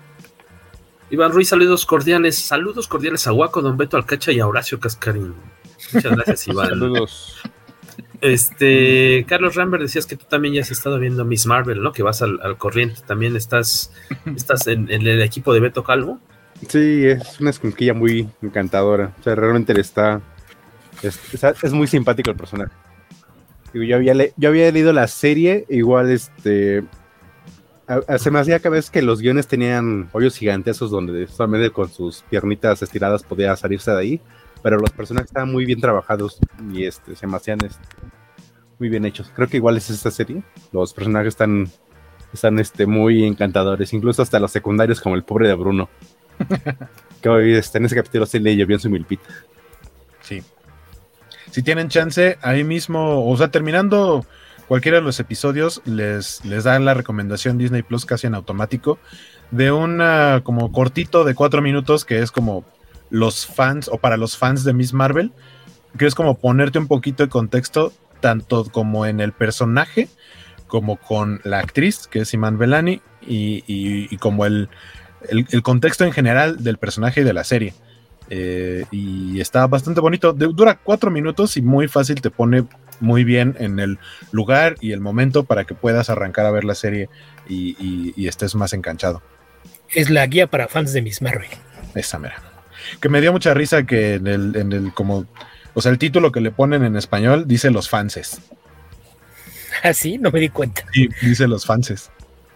Iván Ruiz, saludos cordiales, saludos cordiales a Guaco, Don Beto Alcacha y a Horacio Cascarín. Muchas gracias, Iván. Saludos. Este, Carlos Rambert, decías que tú también ya has estado viendo Miss Marvel, ¿no? Que vas al, al corriente, también estás, estás en, en el equipo de Beto Calvo. Sí, es una esconquilla muy encantadora. O sea, realmente le está. Es, es muy simpático el personaje. Yo había, le, yo había leído la serie, igual este. A, a, se me hacía cada vez que los guiones tenían hoyos gigantescos donde solamente con sus piernitas estiradas podía salirse de ahí. Pero los personajes estaban muy bien trabajados y este, se me hacían este, muy bien hechos. Creo que igual es esta serie. Los personajes están, están este, muy encantadores, incluso hasta los secundarios como el pobre de Bruno. Que hoy este, en ese capítulo se le llovió en su milpita. Sí. Si tienen chance, ahí mismo, o sea, terminando cualquiera de los episodios, les, les da la recomendación Disney Plus casi en automático de una como cortito de cuatro minutos que es como los fans, o para los fans de Miss Marvel, que es como ponerte un poquito de contexto, tanto como en el personaje, como con la actriz, que es Iman Vellani, y, y, y como el, el, el contexto en general del personaje y de la serie. Eh, y está bastante bonito, de, dura cuatro minutos y muy fácil, te pone muy bien en el lugar y el momento para que puedas arrancar a ver la serie y, y, y estés más enganchado. Es la guía para fans de Miss Marvel. Esa mera. Que me dio mucha risa que en el, en el como, o sea, el título que le ponen en español dice los fanses. ¿Ah, sí? No me di cuenta. Sí, dice los fanses.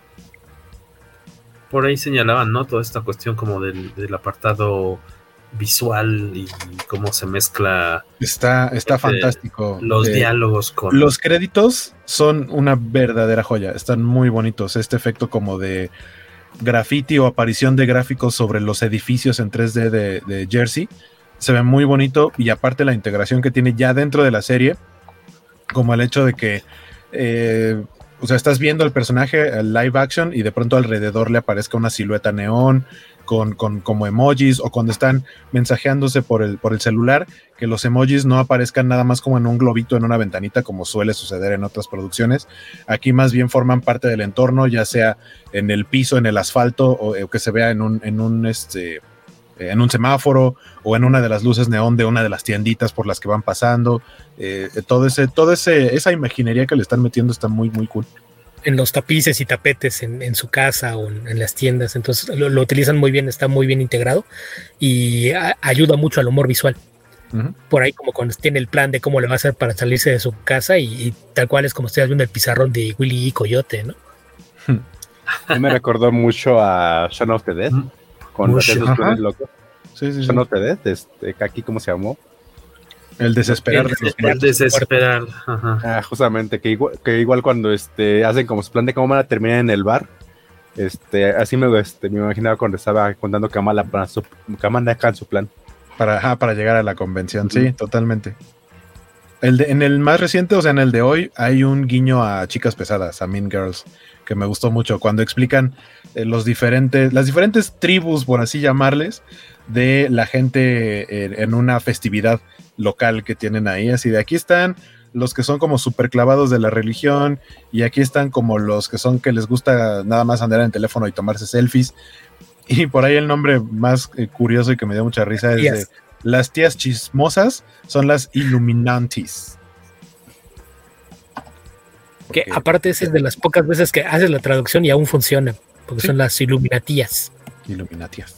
Por ahí señalaban, ¿no? Toda esta cuestión como del, del apartado visual y cómo se mezcla. Está, está este, fantástico. Los eh, diálogos con. Los créditos son una verdadera joya. Están muy bonitos. Este efecto como de graffiti o aparición de gráficos sobre los edificios en tres D de, de Jersey se ve muy bonito, y aparte la integración que tiene ya dentro de la serie, como el hecho de que eh, o sea, estás viendo al personaje el live action y de pronto alrededor le aparezca una silueta neón con, con como emojis, o cuando están mensajeándose por el, por el celular, que los emojis no aparezcan nada más como en un globito en una ventanita como suele suceder en otras producciones. Aquí más bien forman parte del entorno, ya sea en el piso, en el asfalto, o, o que se vea en un, en un este en un semáforo o en una de las luces neón de una de las tienditas por las que van pasando. Eh, todo ese, todo ese, esa imaginería que le están metiendo está muy, muy cool. En los tapices y tapetes en, en su casa o en, en las tiendas, entonces lo, lo utilizan muy bien, está muy bien integrado y a, ayuda mucho al humor visual. Uh-huh. Por ahí como cuando tiene el plan de cómo le va a hacer para salirse de su casa y, y tal cual es como estoy viendo el pizarrón de Willy y Coyote, ¿no? Me recordó mucho a Shaun of the Dead, uh-huh. con los planes locos. Sí, sí, sí. Shaun of the Dead, este, aquí cómo se llamó. El desesperar. El, de el desesperar. Ajá. Ah, justamente, que igual, que igual cuando este, hacen como su plan de cómo van a terminar en el bar, este, así me, este, me imaginaba cuando estaba contando Kamala para su, Kamala acá en su plan. Para, ajá, para llegar a la convención, sí, mm. totalmente. El de, en el más reciente, o sea, en el de hoy, hay un guiño a Chicas Pesadas, a Mean Girls, que me gustó mucho, cuando explican eh, los diferentes, las diferentes tribus, por así llamarles, de la gente en, en una festividad local que tienen ahí, así de aquí están los que son como súper clavados de la religión, y aquí están como los que son que les gusta nada más andar en el teléfono y tomarse selfies, y por ahí el nombre más eh, curioso y que me dio mucha risa es de las tías chismosas, son las Illuminantis. Que aparte esa es de las pocas veces que haces la traducción y aún funciona, porque ¿sí? Son las Illuminatías. Illuminatías.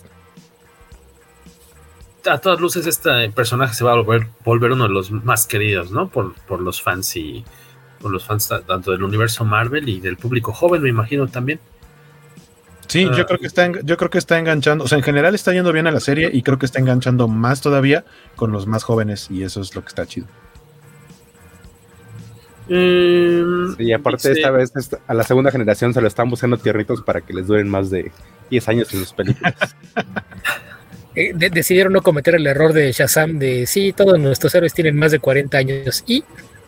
A todas luces este personaje se va a volver, volver uno de los más queridos, ¿no? Por, por los fans y por los fans tanto del universo Marvel y del público joven, me imagino también. Sí, uh, yo creo que está yo creo que está enganchando, o sea, en general está yendo bien a la serie y creo que está enganchando más todavía con los más jóvenes, y eso es lo que está chido. Sí, y aparte sí. Esta vez a la segunda generación se lo están buscando tiernitos para que les duren más de diez años en sus películas. Eh, de- decidieron no cometer el error de Shazam de sí, todos nuestros héroes tienen más de cuarenta años y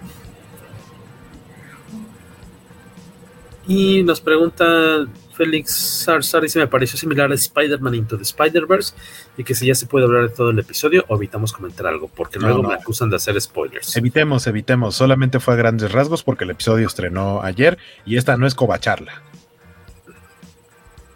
y nos pregunta Félix Sarsari si me pareció similar a Spider-Man Into the Spider-Verse y que si ya se puede hablar de todo el episodio o evitamos comentar algo, porque luego no, no. me acusan de hacer spoilers. Evitemos, evitemos, solamente fue a grandes rasgos porque el episodio estrenó ayer y esta no es covacharla.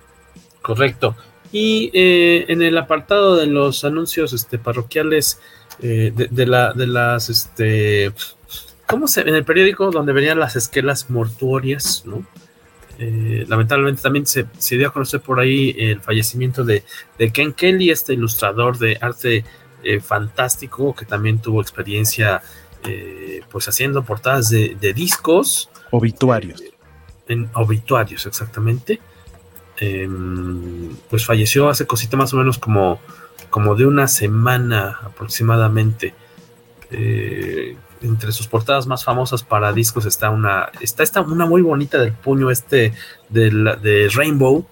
Correcto. Y eh, en el apartado de los anuncios este, parroquiales, eh, de, de, la, de las, este, ¿cómo se en el periódico donde venían las esquelas mortuorias, ¿no? Eh, lamentablemente también se, se dio a conocer por ahí el fallecimiento de, de Ken Kelly, este ilustrador de arte eh, fantástico que también tuvo experiencia eh, pues haciendo portadas de, de discos. Obituarios. Eh, en obituarios, exactamente. Eh, pues falleció hace cosita más o menos como, como de una semana aproximadamente. Eh, entre sus portadas más famosas para discos está una está esta una muy bonita del puño este de, la, de Rainbow,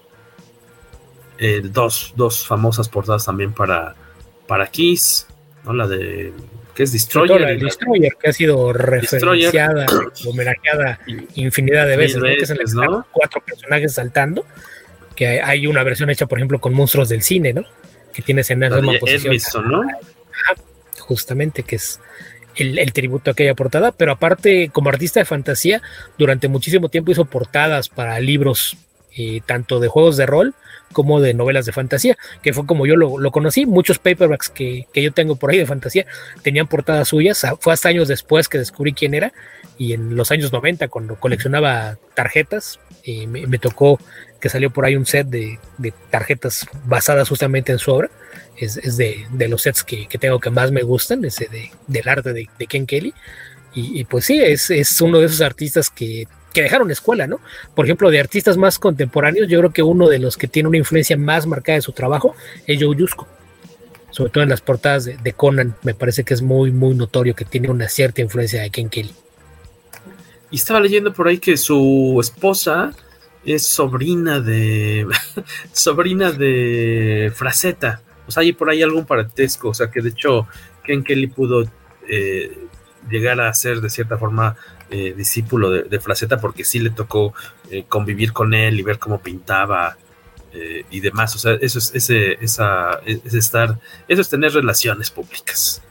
eh, dos, dos famosas portadas también para, para Kiss, ¿no? La de que es Destroyer, el Destroyer, que ha sido referenciada, homenajeada infinidad de veces, veces, ¿no? Que se le ¿no? Cuatro personajes saltando, que hay una versión hecha por ejemplo con monstruos del cine, ¿no? Que tiene escenas de una posición, ¿no? Justamente, que es El, el tributo a aquella portada, pero aparte como artista de fantasía durante muchísimo tiempo hizo portadas para libros eh, tanto de juegos de rol como de novelas de fantasía, que fue como yo lo, lo conocí. Muchos paperbacks que, que yo tengo por ahí de fantasía tenían portadas suyas. Fue hasta años después que descubrí quién era, y en los años noventa cuando coleccionaba tarjetas eh, me, me tocó que salió por ahí un set de, de tarjetas basadas justamente en su obra. Es, es de, de los sets que, que tengo que más me gustan, ese de, del arte de, de Ken Kelly, y, y pues sí, es, es uno de esos artistas que, que dejaron escuela, ¿no? Por ejemplo, de artistas más contemporáneos, yo creo que uno de los que tiene una influencia más marcada de su trabajo es Joe Yusko, sobre todo en las portadas de, de Conan. Me parece que es muy, muy notorio que tiene una cierta influencia de Ken Kelly. Y estaba leyendo por ahí que su esposa es sobrina de sobrina de Frazetta. O sea, hay por ahí algún parentesco, o sea, que de hecho Ken Kelly pudo eh, llegar a ser de cierta forma eh, discípulo de, de Frazetta, porque sí le tocó eh, convivir con él y ver cómo pintaba eh, y demás. O sea, eso es ese, esa, es estar, eso es tener relaciones públicas.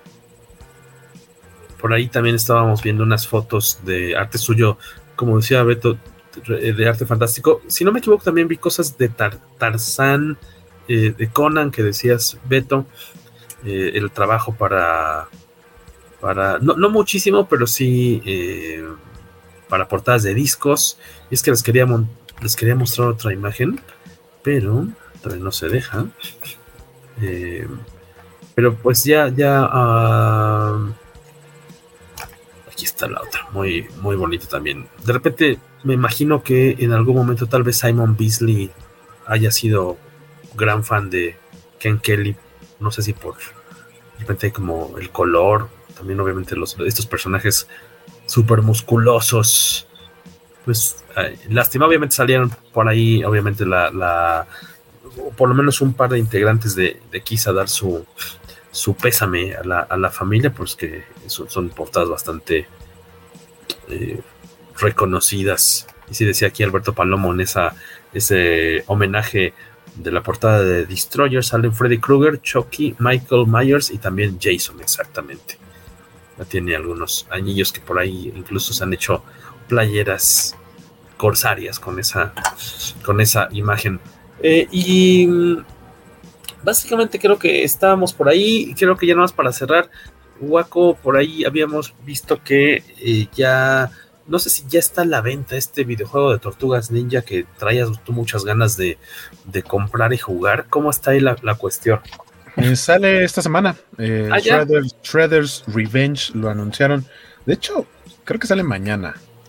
Por ahí también estábamos viendo unas fotos de arte suyo, como decía Beto, de arte fantástico. Si no me equivoco, también vi cosas de Tar- Tarzán. Eh, de Conan, que decías, Beto, eh, el trabajo para, para no, no muchísimo, pero sí eh, para portadas de discos. Y es que les quería, les quería mostrar otra imagen, pero todavía no se deja. Eh, pero pues ya, ya, uh, aquí está la otra, muy, muy bonita también. De repente me imagino que en algún momento tal vez Simon Bisley haya sido gran fan de Ken Kelly, no sé si por de repente como el color, también obviamente los, estos personajes súper musculosos, pues eh, lástima, obviamente salieron por ahí, obviamente la, la por lo menos un par de integrantes de, de Kiss a dar su, su pésame a la, a la familia, pues que son, son portadas bastante eh, reconocidas. Y sí decía aquí Alberto Palomo en esa, ese homenaje de la portada de Destroyer, salen Freddy Krueger, Chucky, Michael Myers y también Jason, exactamente. Ya tiene algunos añillos que por ahí incluso se han hecho playeras corsarias con esa, con esa imagen. Eh, y básicamente creo que estábamos por ahí. Creo que ya nada más para cerrar, Waco, por ahí habíamos visto que eh, ya... No sé si ya está a la venta este videojuego de Tortugas Ninja que traías tú muchas ganas de, de comprar y jugar. ¿Cómo está ahí la, la cuestión? Eh, sale esta semana. Eh, ¿Ah, Shredder's, Shredder's Revenge lo anunciaron. De hecho, creo que sale mañana.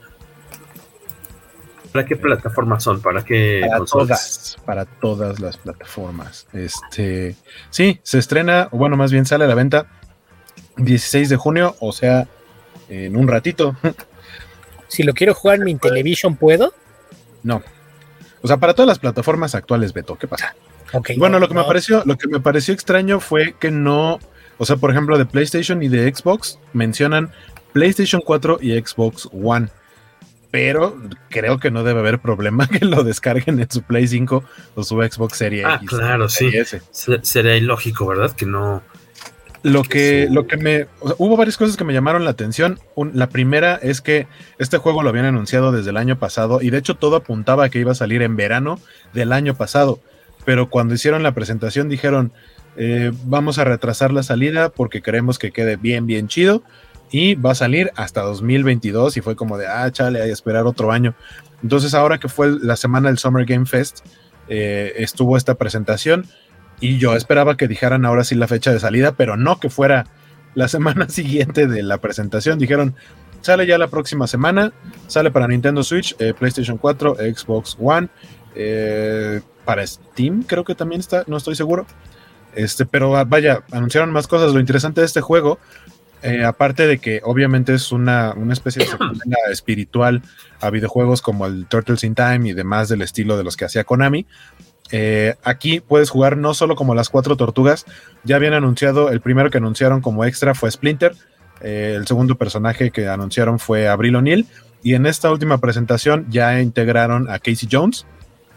¿Para qué plataformas son? ¿Para qué para consolas? Todas, para todas las plataformas. Este, sí, se estrena, o bueno, más bien sale a la venta dieciséis de junio, o sea, en un ratito. Si lo quiero jugar en mi Intellivision, ¿puedo? No. O sea, para todas las plataformas actuales, Beto, ¿qué pasa? Okay, bueno, no, lo que no. me pareció, lo que me pareció extraño fue que no, o sea, por ejemplo, de PlayStation y de Xbox mencionan PlayStation cuatro y Xbox One. Pero creo que no debe haber problema que lo descarguen en su Play cinco o su Xbox Series ah, X. Ah, claro, sí. S. Sería ilógico, ¿verdad? Que no... Lo que, lo que me... O sea, hubo varias cosas que me llamaron la atención. Un, la primera es que este juego lo habían anunciado desde el año pasado y de hecho todo apuntaba a que iba a salir en verano del año pasado. pero cuando hicieron la presentación dijeron, eh, vamos a retrasar la salida porque queremos que quede bien, bien chido, y va a salir hasta dos mil veintidós, y fue como de, ah, chale, hay que esperar otro año. Entonces ahora que fue la semana del Summer Game Fest, eh, estuvo esta presentación, y yo esperaba que dijeran ahora sí la fecha de salida, pero no que fuera la semana siguiente de la presentación. Dijeron, sale ya la próxima semana, sale para Nintendo Switch, eh, PlayStation cuatro, Xbox One, eh, para Steam creo que también está, no estoy seguro. Este, pero vaya, anunciaron más cosas. Lo interesante de este juego, eh, aparte de que obviamente es una, una especie de secuela espiritual a videojuegos como el Turtles in Time y demás del estilo de los que hacía Konami, eh, aquí puedes jugar no solo como las cuatro tortugas. Ya habían anunciado, el primero que anunciaron como extra fue Splinter, eh, el segundo personaje que anunciaron fue Avril O'Neil, y en esta última presentación ya integraron a Casey Jones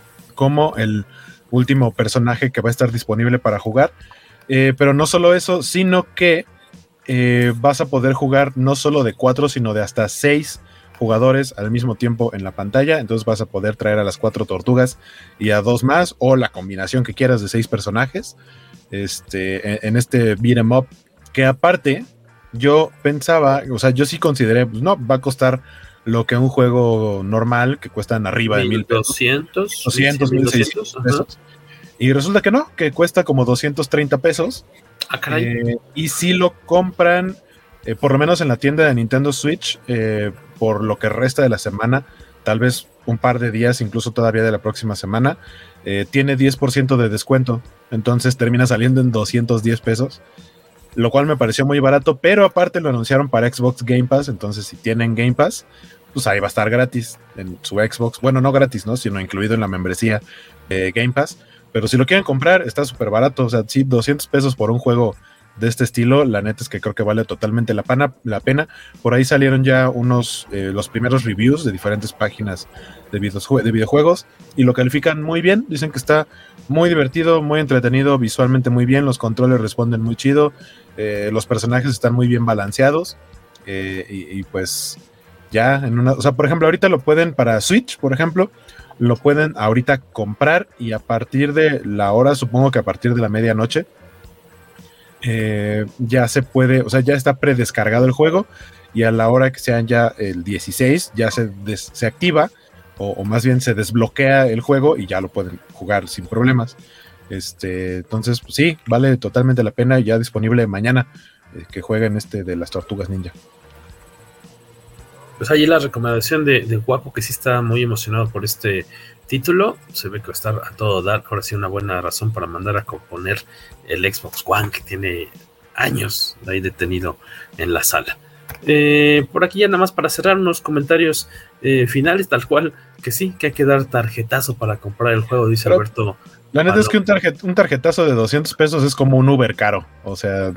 como el último personaje que va a estar disponible para jugar. Eh, pero no solo eso, sino que eh, vas a poder jugar no solo de cuatro, sino de hasta seis jugadores al mismo tiempo en la pantalla. Entonces vas a poder traer a las cuatro tortugas y a dos más, o la combinación que quieras de seis personajes, este, en, en este beat 'em up, que aparte yo pensaba, o sea, yo sí consideré, pues no, va a costar lo que un juego normal, que cuestan arriba de mil pesos. doscientos, doscientos, mil seiscientos pesos. Y resulta que no, que cuesta como doscientos treinta pesos. Ah, caray. Eh, y si lo compran, eh, por lo menos en la tienda de Nintendo Switch, eh, por lo que resta de la semana, tal vez un par de días, incluso todavía de la próxima semana, eh, tiene diez por ciento de descuento. Entonces termina saliendo en doscientos diez pesos. Lo cual me pareció muy barato, pero aparte lo anunciaron para Xbox Game Pass. Entonces si tienen Game Pass, pues ahí va a estar gratis en su Xbox. Bueno, no gratis, ¿no? Sino incluido en la membresía de Game Pass. Pero si lo quieren comprar, está súper barato. O sea, sí, doscientos pesos por un juego de este estilo, la neta es que creo que vale totalmente la pena. La pena. Por ahí salieron ya unos, eh, los primeros reviews de diferentes páginas de, videojue- de videojuegos, y lo califican muy bien. Dicen que está muy divertido, muy entretenido, visualmente muy bien, los controles responden muy chido, eh, los personajes están muy bien balanceados, eh, y, y pues ya en una, o sea, por ejemplo, ahorita lo pueden para Switch, por ejemplo, lo pueden ahorita comprar, y a partir de la hora, supongo que a partir de la medianoche, eh, ya se puede, o sea, ya está predescargado el juego, y a la hora que sean ya el dieciséis, ya se, des, se activa, o, o más bien se desbloquea el juego, y ya lo pueden jugar sin problemas. Este, entonces, pues sí, vale totalmente la pena, ya disponible mañana, eh, que jueguen este de las Tortugas Ninja. Pues ahí la recomendación de, de Guapo, que sí está muy emocionado por este título. Se ve que va a estar a todo dar. Ahora sí, una buena razón para mandar a componer el Xbox One, que tiene años ahí detenido en la sala. Eh, por aquí ya nada más para cerrar unos comentarios eh, finales, tal cual, que sí, que hay que dar tarjetazo para comprar el juego, dice Pero, Alberto. La neta Palo. Es que un, tarjet, un tarjetazo de doscientos pesos es como un Uber caro, o sea...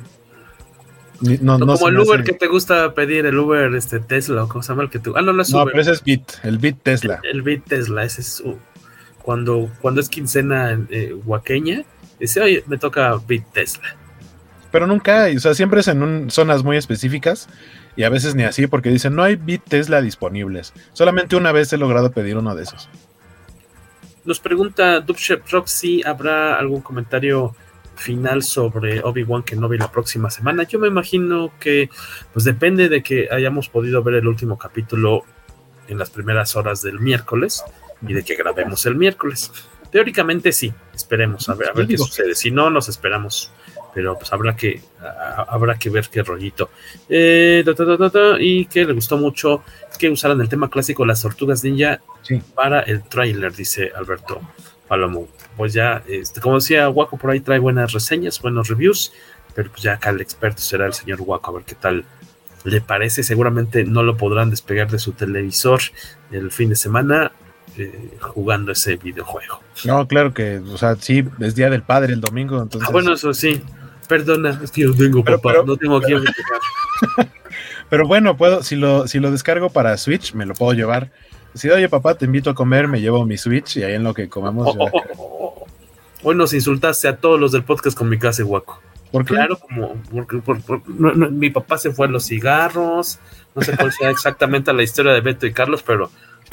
No, no, no como el Uber hace... que te gusta pedir, el Uber este Tesla, o cómo se llama el que tú. Ah, no, no es no, Uber. pero ese es Bit, el Bit Tesla. El, el Bit Tesla, ese es uh, cuando, cuando es quincena eh, huaqueña, dice, oye, me toca Bit Tesla. Pero nunca hay, o sea, siempre es en un, zonas muy específicas, y a veces ni así, porque dicen, no hay Bit Tesla disponibles. Solamente una vez he logrado pedir uno de esos. Nos pregunta Dubshep Rock si habrá algún comentario final sobre Obi-Wan Kenobi la próxima semana. Yo me imagino que pues depende de que hayamos podido ver el último capítulo en las primeras horas del miércoles y de que grabemos el miércoles. Teóricamente sí, esperemos a ver, a ver qué sucede. Si no, nos esperamos, pero pues habrá que a, habrá que ver qué rollito. Eh, ta, ta, ta, ta, ta, y que le gustó mucho que usaran el tema clásico Las Tortugas Ninja sí. para el tráiler, dice Alberto Palomo. Pues ya, este, como decía Waco, por ahí trae buenas reseñas, buenos reviews, pero pues ya acá el experto será el señor Waco, a ver qué tal le parece. Seguramente no lo podrán despegar de su televisor el fin de semana eh, jugando ese videojuego. No, claro que, o sea, sí, es Día del Padre el domingo, entonces... Ah, bueno, eso sí, perdona, es que yo tengo pero, papá, pero, no tengo quien pero, pero bueno, puedo, si lo, si lo descargo para Switch, me lo puedo llevar. Si oye papá, te invito a comer, me llevo mi Switch y ahí en lo que comamos. Oh, oh, oh, oh. Hoy nos insultaste a todos los del podcast con mi casa, Guaco. ¿Por qué? Claro, como porque por, por, no, no, mi papá se fue a los cigarros, no sé cuál sea exactamente la historia de Beto y Carlos, pero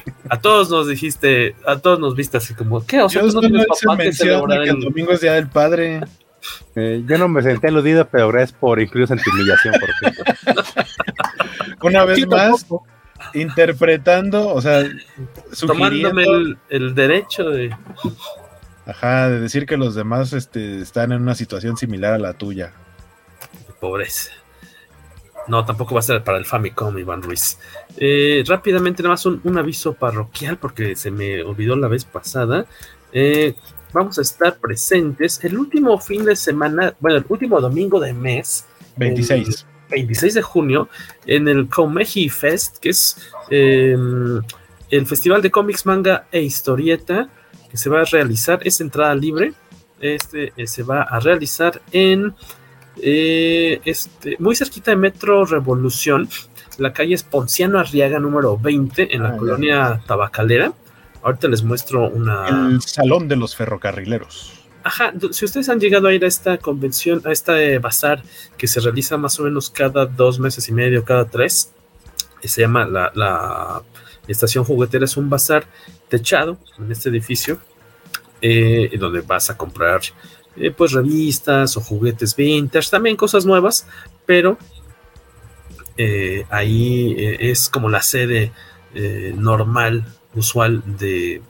A todos nos dijiste, a todos nos viste así como, ¿qué? O sea, yo ¿tú no tienes papá que que celebrar el... el domingo es Día del Padre. Eh, yo no me sentí aludido, pero gracias por incluirse en tu humillación, por ejemplo. Una vez más, interpretando, o sea, tomándome el, el derecho de... Ajá, de decir que los demás este, están en una situación similar a la tuya. Pobreza. No, tampoco va a ser para el Famicom, Iván Ruiz. Eh, rápidamente, nada más un, un aviso parroquial, porque se me olvidó la vez pasada. Eh, vamos a estar presentes el último fin de semana, bueno, el último domingo de mes. veintiséis. veintiséis de junio, en el Komeji Fest, que es eh, el festival de cómics, manga e historieta, que se va a realizar, es entrada libre. Este eh, se va a realizar en eh, este, muy cerquita de Metro Revolución. La calle es Ponciano Arriaga número veinte, en la ah, colonia ya. Tabacalera. Ahorita les muestro una... El Salón de los Ferrocarrileros. Ajá, si ustedes han llegado a ir a esta convención, a este bazar que se realiza más o menos cada dos meses y medio, cada tres, se llama la, la estación juguetera, es un bazar techado en este edificio, eh, donde vas a comprar eh, pues revistas o juguetes vintage, también cosas nuevas, pero eh, ahí eh, es como la sede eh, normal, usual de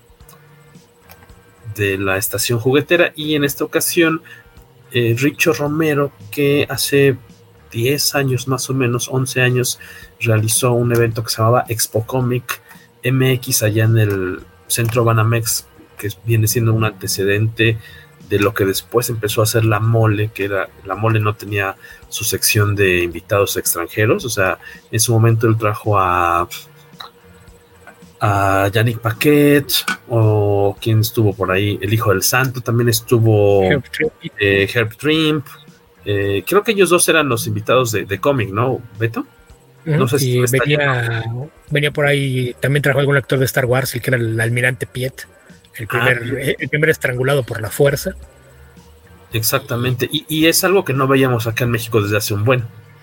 de la estación juguetera. Y en esta ocasión eh, Richo Romero, que hace diez años más o menos, once años, realizó un evento que se llamaba Expo Comic M X allá en el centro Banamex, que viene siendo un antecedente de lo que después empezó a hacer la Mole, que era, la Mole no tenía su sección de invitados extranjeros, o sea, en su momento él trajo a a Yannick Paquet, o quien estuvo por ahí, el hijo del santo, también estuvo Herb Trimp, eh, Herb Trimp. Eh, creo que ellos dos eran los invitados de, de cómic, ¿no, Beto? Uh-huh, no sé si venía, venía por ahí, también trajo algún actor de Star Wars, el que era el almirante Piet, el primer, ah, el primer estrangulado por la fuerza. Exactamente, y, y es algo que no veíamos acá en México desde hace un buen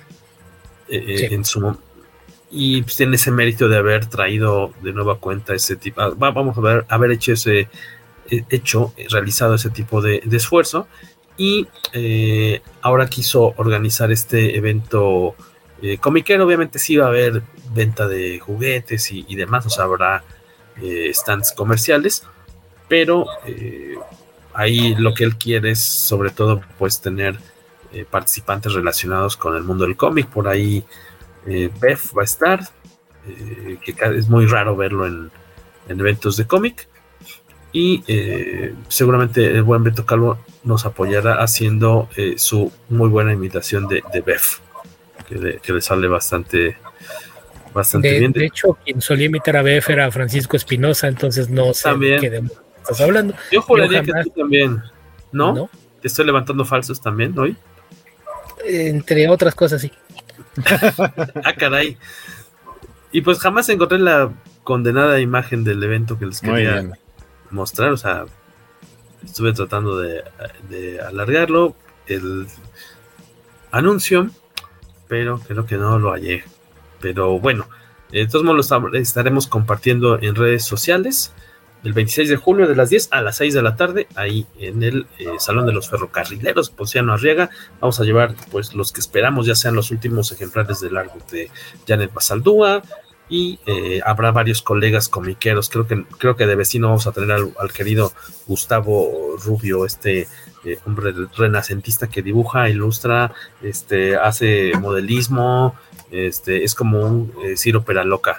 eh, sí. en su momento. Y pues tiene ese mérito de haber traído de nueva cuenta ese tipo, ah, vamos a ver, haber hecho ese, hecho, realizado ese tipo de, de esfuerzo, y eh, ahora quiso organizar este evento eh, comiquero. Obviamente sí va a haber venta de juguetes y, y demás, o sea, habrá eh, stands comerciales, pero eh, ahí lo que él quiere es sobre todo pues tener eh, participantes relacionados con el mundo del cómic. Por ahí Eh, Bef va a estar, eh, que es muy raro verlo en, en eventos de cómic, y eh, seguramente el buen Beto Calvo nos apoyará haciendo eh, su muy buena imitación de, de Bef, que le, que le sale bastante bastante de, bien. De hecho, quien solía imitar a Bef era Francisco Espinosa, entonces no sé también. de qué demonios estás hablando. Yo juraría que tú también, ¿no? ¿no? Te estoy levantando falsos también hoy. Entre otras cosas, sí. Ah, caray. Y pues jamás encontré la condenada imagen del evento que les quería mostrar. O sea, estuve tratando de, de alargarlo el anuncio, pero creo que no lo hallé. Pero bueno, de todos modos lo estaremos compartiendo en redes sociales el veintiséis de junio de las diez a las seis de la tarde, ahí en el eh, Salón de los Ferrocarrileros, Ponciano Arriaga. Vamos a llevar pues los que esperamos ya sean los últimos ejemplares del largo de Janet Basaldúa, y eh, habrá varios colegas comiqueros. Creo que creo que de vecino vamos a tener al, al querido Gustavo Rubio, este eh, hombre renacentista que dibuja, ilustra, este hace modelismo, este es como un eh, Ciro Peraloca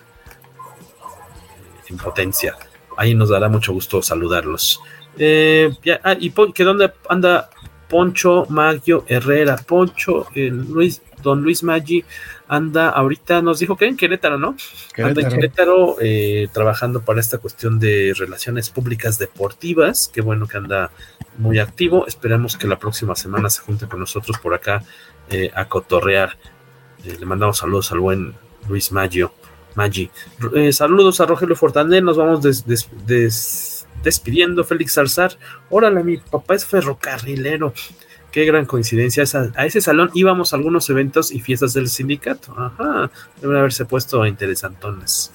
eh, en potencia. Ahí nos dará mucho gusto saludarlos. Eh, ya, ah, y pon, que dónde anda Poncho Maggio Herrera. Poncho, el Luis, don Luis Maggi anda ahorita, nos dijo que en Querétaro, ¿no? Querétaro. Anda en Querétaro eh, trabajando para esta cuestión de relaciones públicas deportivas. Qué bueno que anda muy activo. Esperemos que la próxima semana se junte con nosotros por acá eh, a cotorrear. Eh, le mandamos saludos al buen Luis Maggio. Maggi. Eh, saludos a Rogelio Fortaner, nos vamos des, des, des, despidiendo. Félix Salzar, órale, mi papá es ferrocarrilero, qué gran coincidencia. Esa, a ese salón íbamos a algunos eventos y fiestas del sindicato. Ajá, deben haberse puesto interesantones.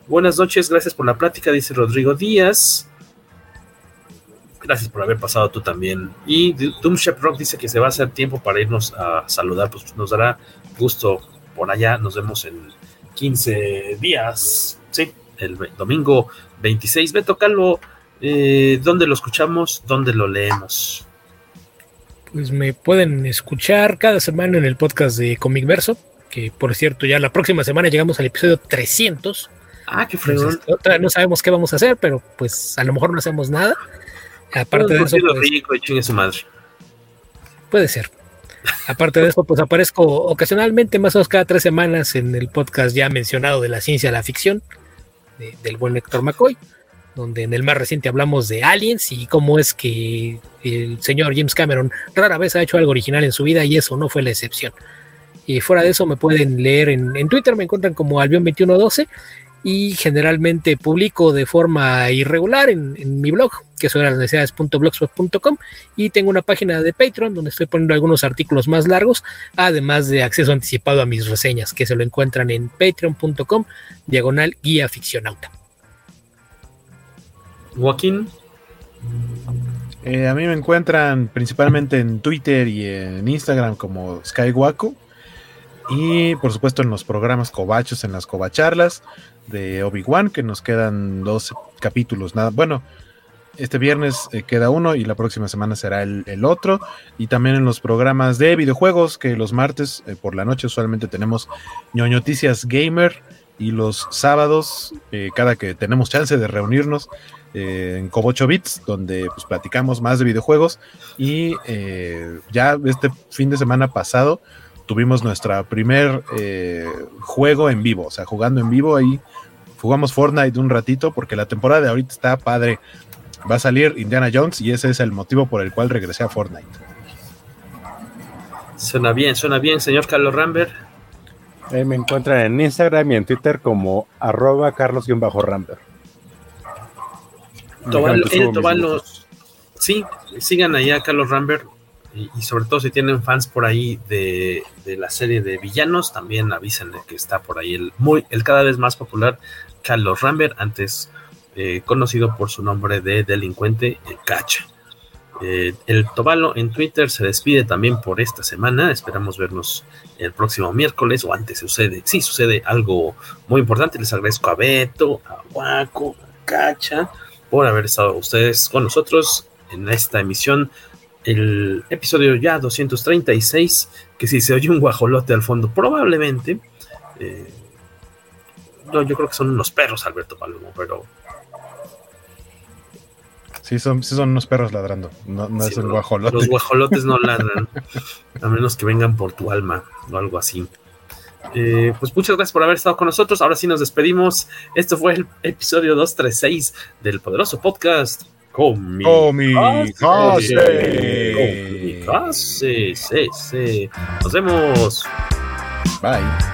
Buenas noches, gracias por la plática, dice Rodrigo Díaz. Gracias por haber pasado tú también. Y Doomshep Rock dice que se va a hacer tiempo para irnos a saludar, pues nos dará gusto por allá. Nos vemos en quince días, sí, el domingo veintiséis. Beto Calvo, eh, ¿dónde lo escuchamos? ¿Dónde lo leemos? Pues me pueden escuchar cada semana en el podcast de Comic Verso, que por cierto ya la próxima semana llegamos al episodio trescientos. Ah, qué fregón. Entonces, no sabemos qué vamos a hacer, pero pues a lo mejor no hacemos nada. Aparte de eso, pues, rico y chingue su madre. Puede ser. Aparte de eso, pues aparezco ocasionalmente, más o menos cada tres semanas, en el podcast ya mencionado de la ciencia de la ficción, de, del buen Héctor McCoy, donde en el más reciente hablamos de aliens y cómo es que el señor James Cameron rara vez ha hecho algo original en su vida, y eso no fue la excepción. Y fuera de eso me pueden leer en, en Twitter, me encuentran como Albion veintiuno doce, y generalmente publico de forma irregular en, en mi blog, que es las necesidades punto blogspot punto com, y tengo una página de Patreon donde estoy poniendo algunos artículos más largos, además de acceso anticipado a mis reseñas, que se lo encuentran en patreon punto com diagonal guía ficcionauta. Joaquín. Eh, a mí me encuentran principalmente en Twitter y en Instagram como SkyWaco, y por supuesto en los programas Cobachos, en las Cobacharlas de Obi-Wan, que nos quedan dos capítulos, nada, bueno, este viernes eh, queda uno y la próxima semana será el, el otro, y también en los programas de videojuegos, que los martes eh, por la noche usualmente tenemos ñoñoticias gamer, y los sábados, eh, cada que tenemos chance de reunirnos, eh, en Cobocho Bits, donde pues platicamos más de videojuegos, y eh, ya este fin de semana pasado tuvimos nuestra primer eh, juego en vivo, o sea, jugando en vivo. Ahí jugamos Fortnite un ratito, porque la temporada de ahorita está padre. Va a salir Indiana Jones y ese es el motivo por el cual regresé a Fortnite. Suena bien, suena bien, señor Carlos Rambert. Eh, me encuentran en Instagram y en Twitter como arroba carlos-rambert. Tobalo, el Tobalo, sí, sigan ahí a Carlos Rambert. Y, y sobre todo si tienen fans por ahí de, de la serie de villanos, también avísenle que está por ahí el, muy, el cada vez más popular Carlos Rambert, antes eh, conocido por su nombre de delincuente, el Cacha. Eh, el Tobalo en Twitter se despide también por esta semana. Esperamos vernos el próximo miércoles, o antes sucede, sí, sucede algo muy importante. Les agradezco a Beto, a Guaco, a Cacha, por haber estado ustedes con nosotros en esta emisión. El episodio ya doscientos treinta y seis, que si se oye un guajolote al fondo, probablemente, eh, no, yo creo que son unos perros, Alberto Palomo, pero... Sí, son, sí son unos perros ladrando, no, no sí, es un no, guajolote. Los guajolotes no ladran, a menos que vengan por tu alma, o algo así. Eh, pues muchas gracias por haber estado con nosotros, ahora sí nos despedimos. Esto fue el episodio doscientos treinta y seis del poderoso podcast Comicase. Comicase. Nos vemos. Bye.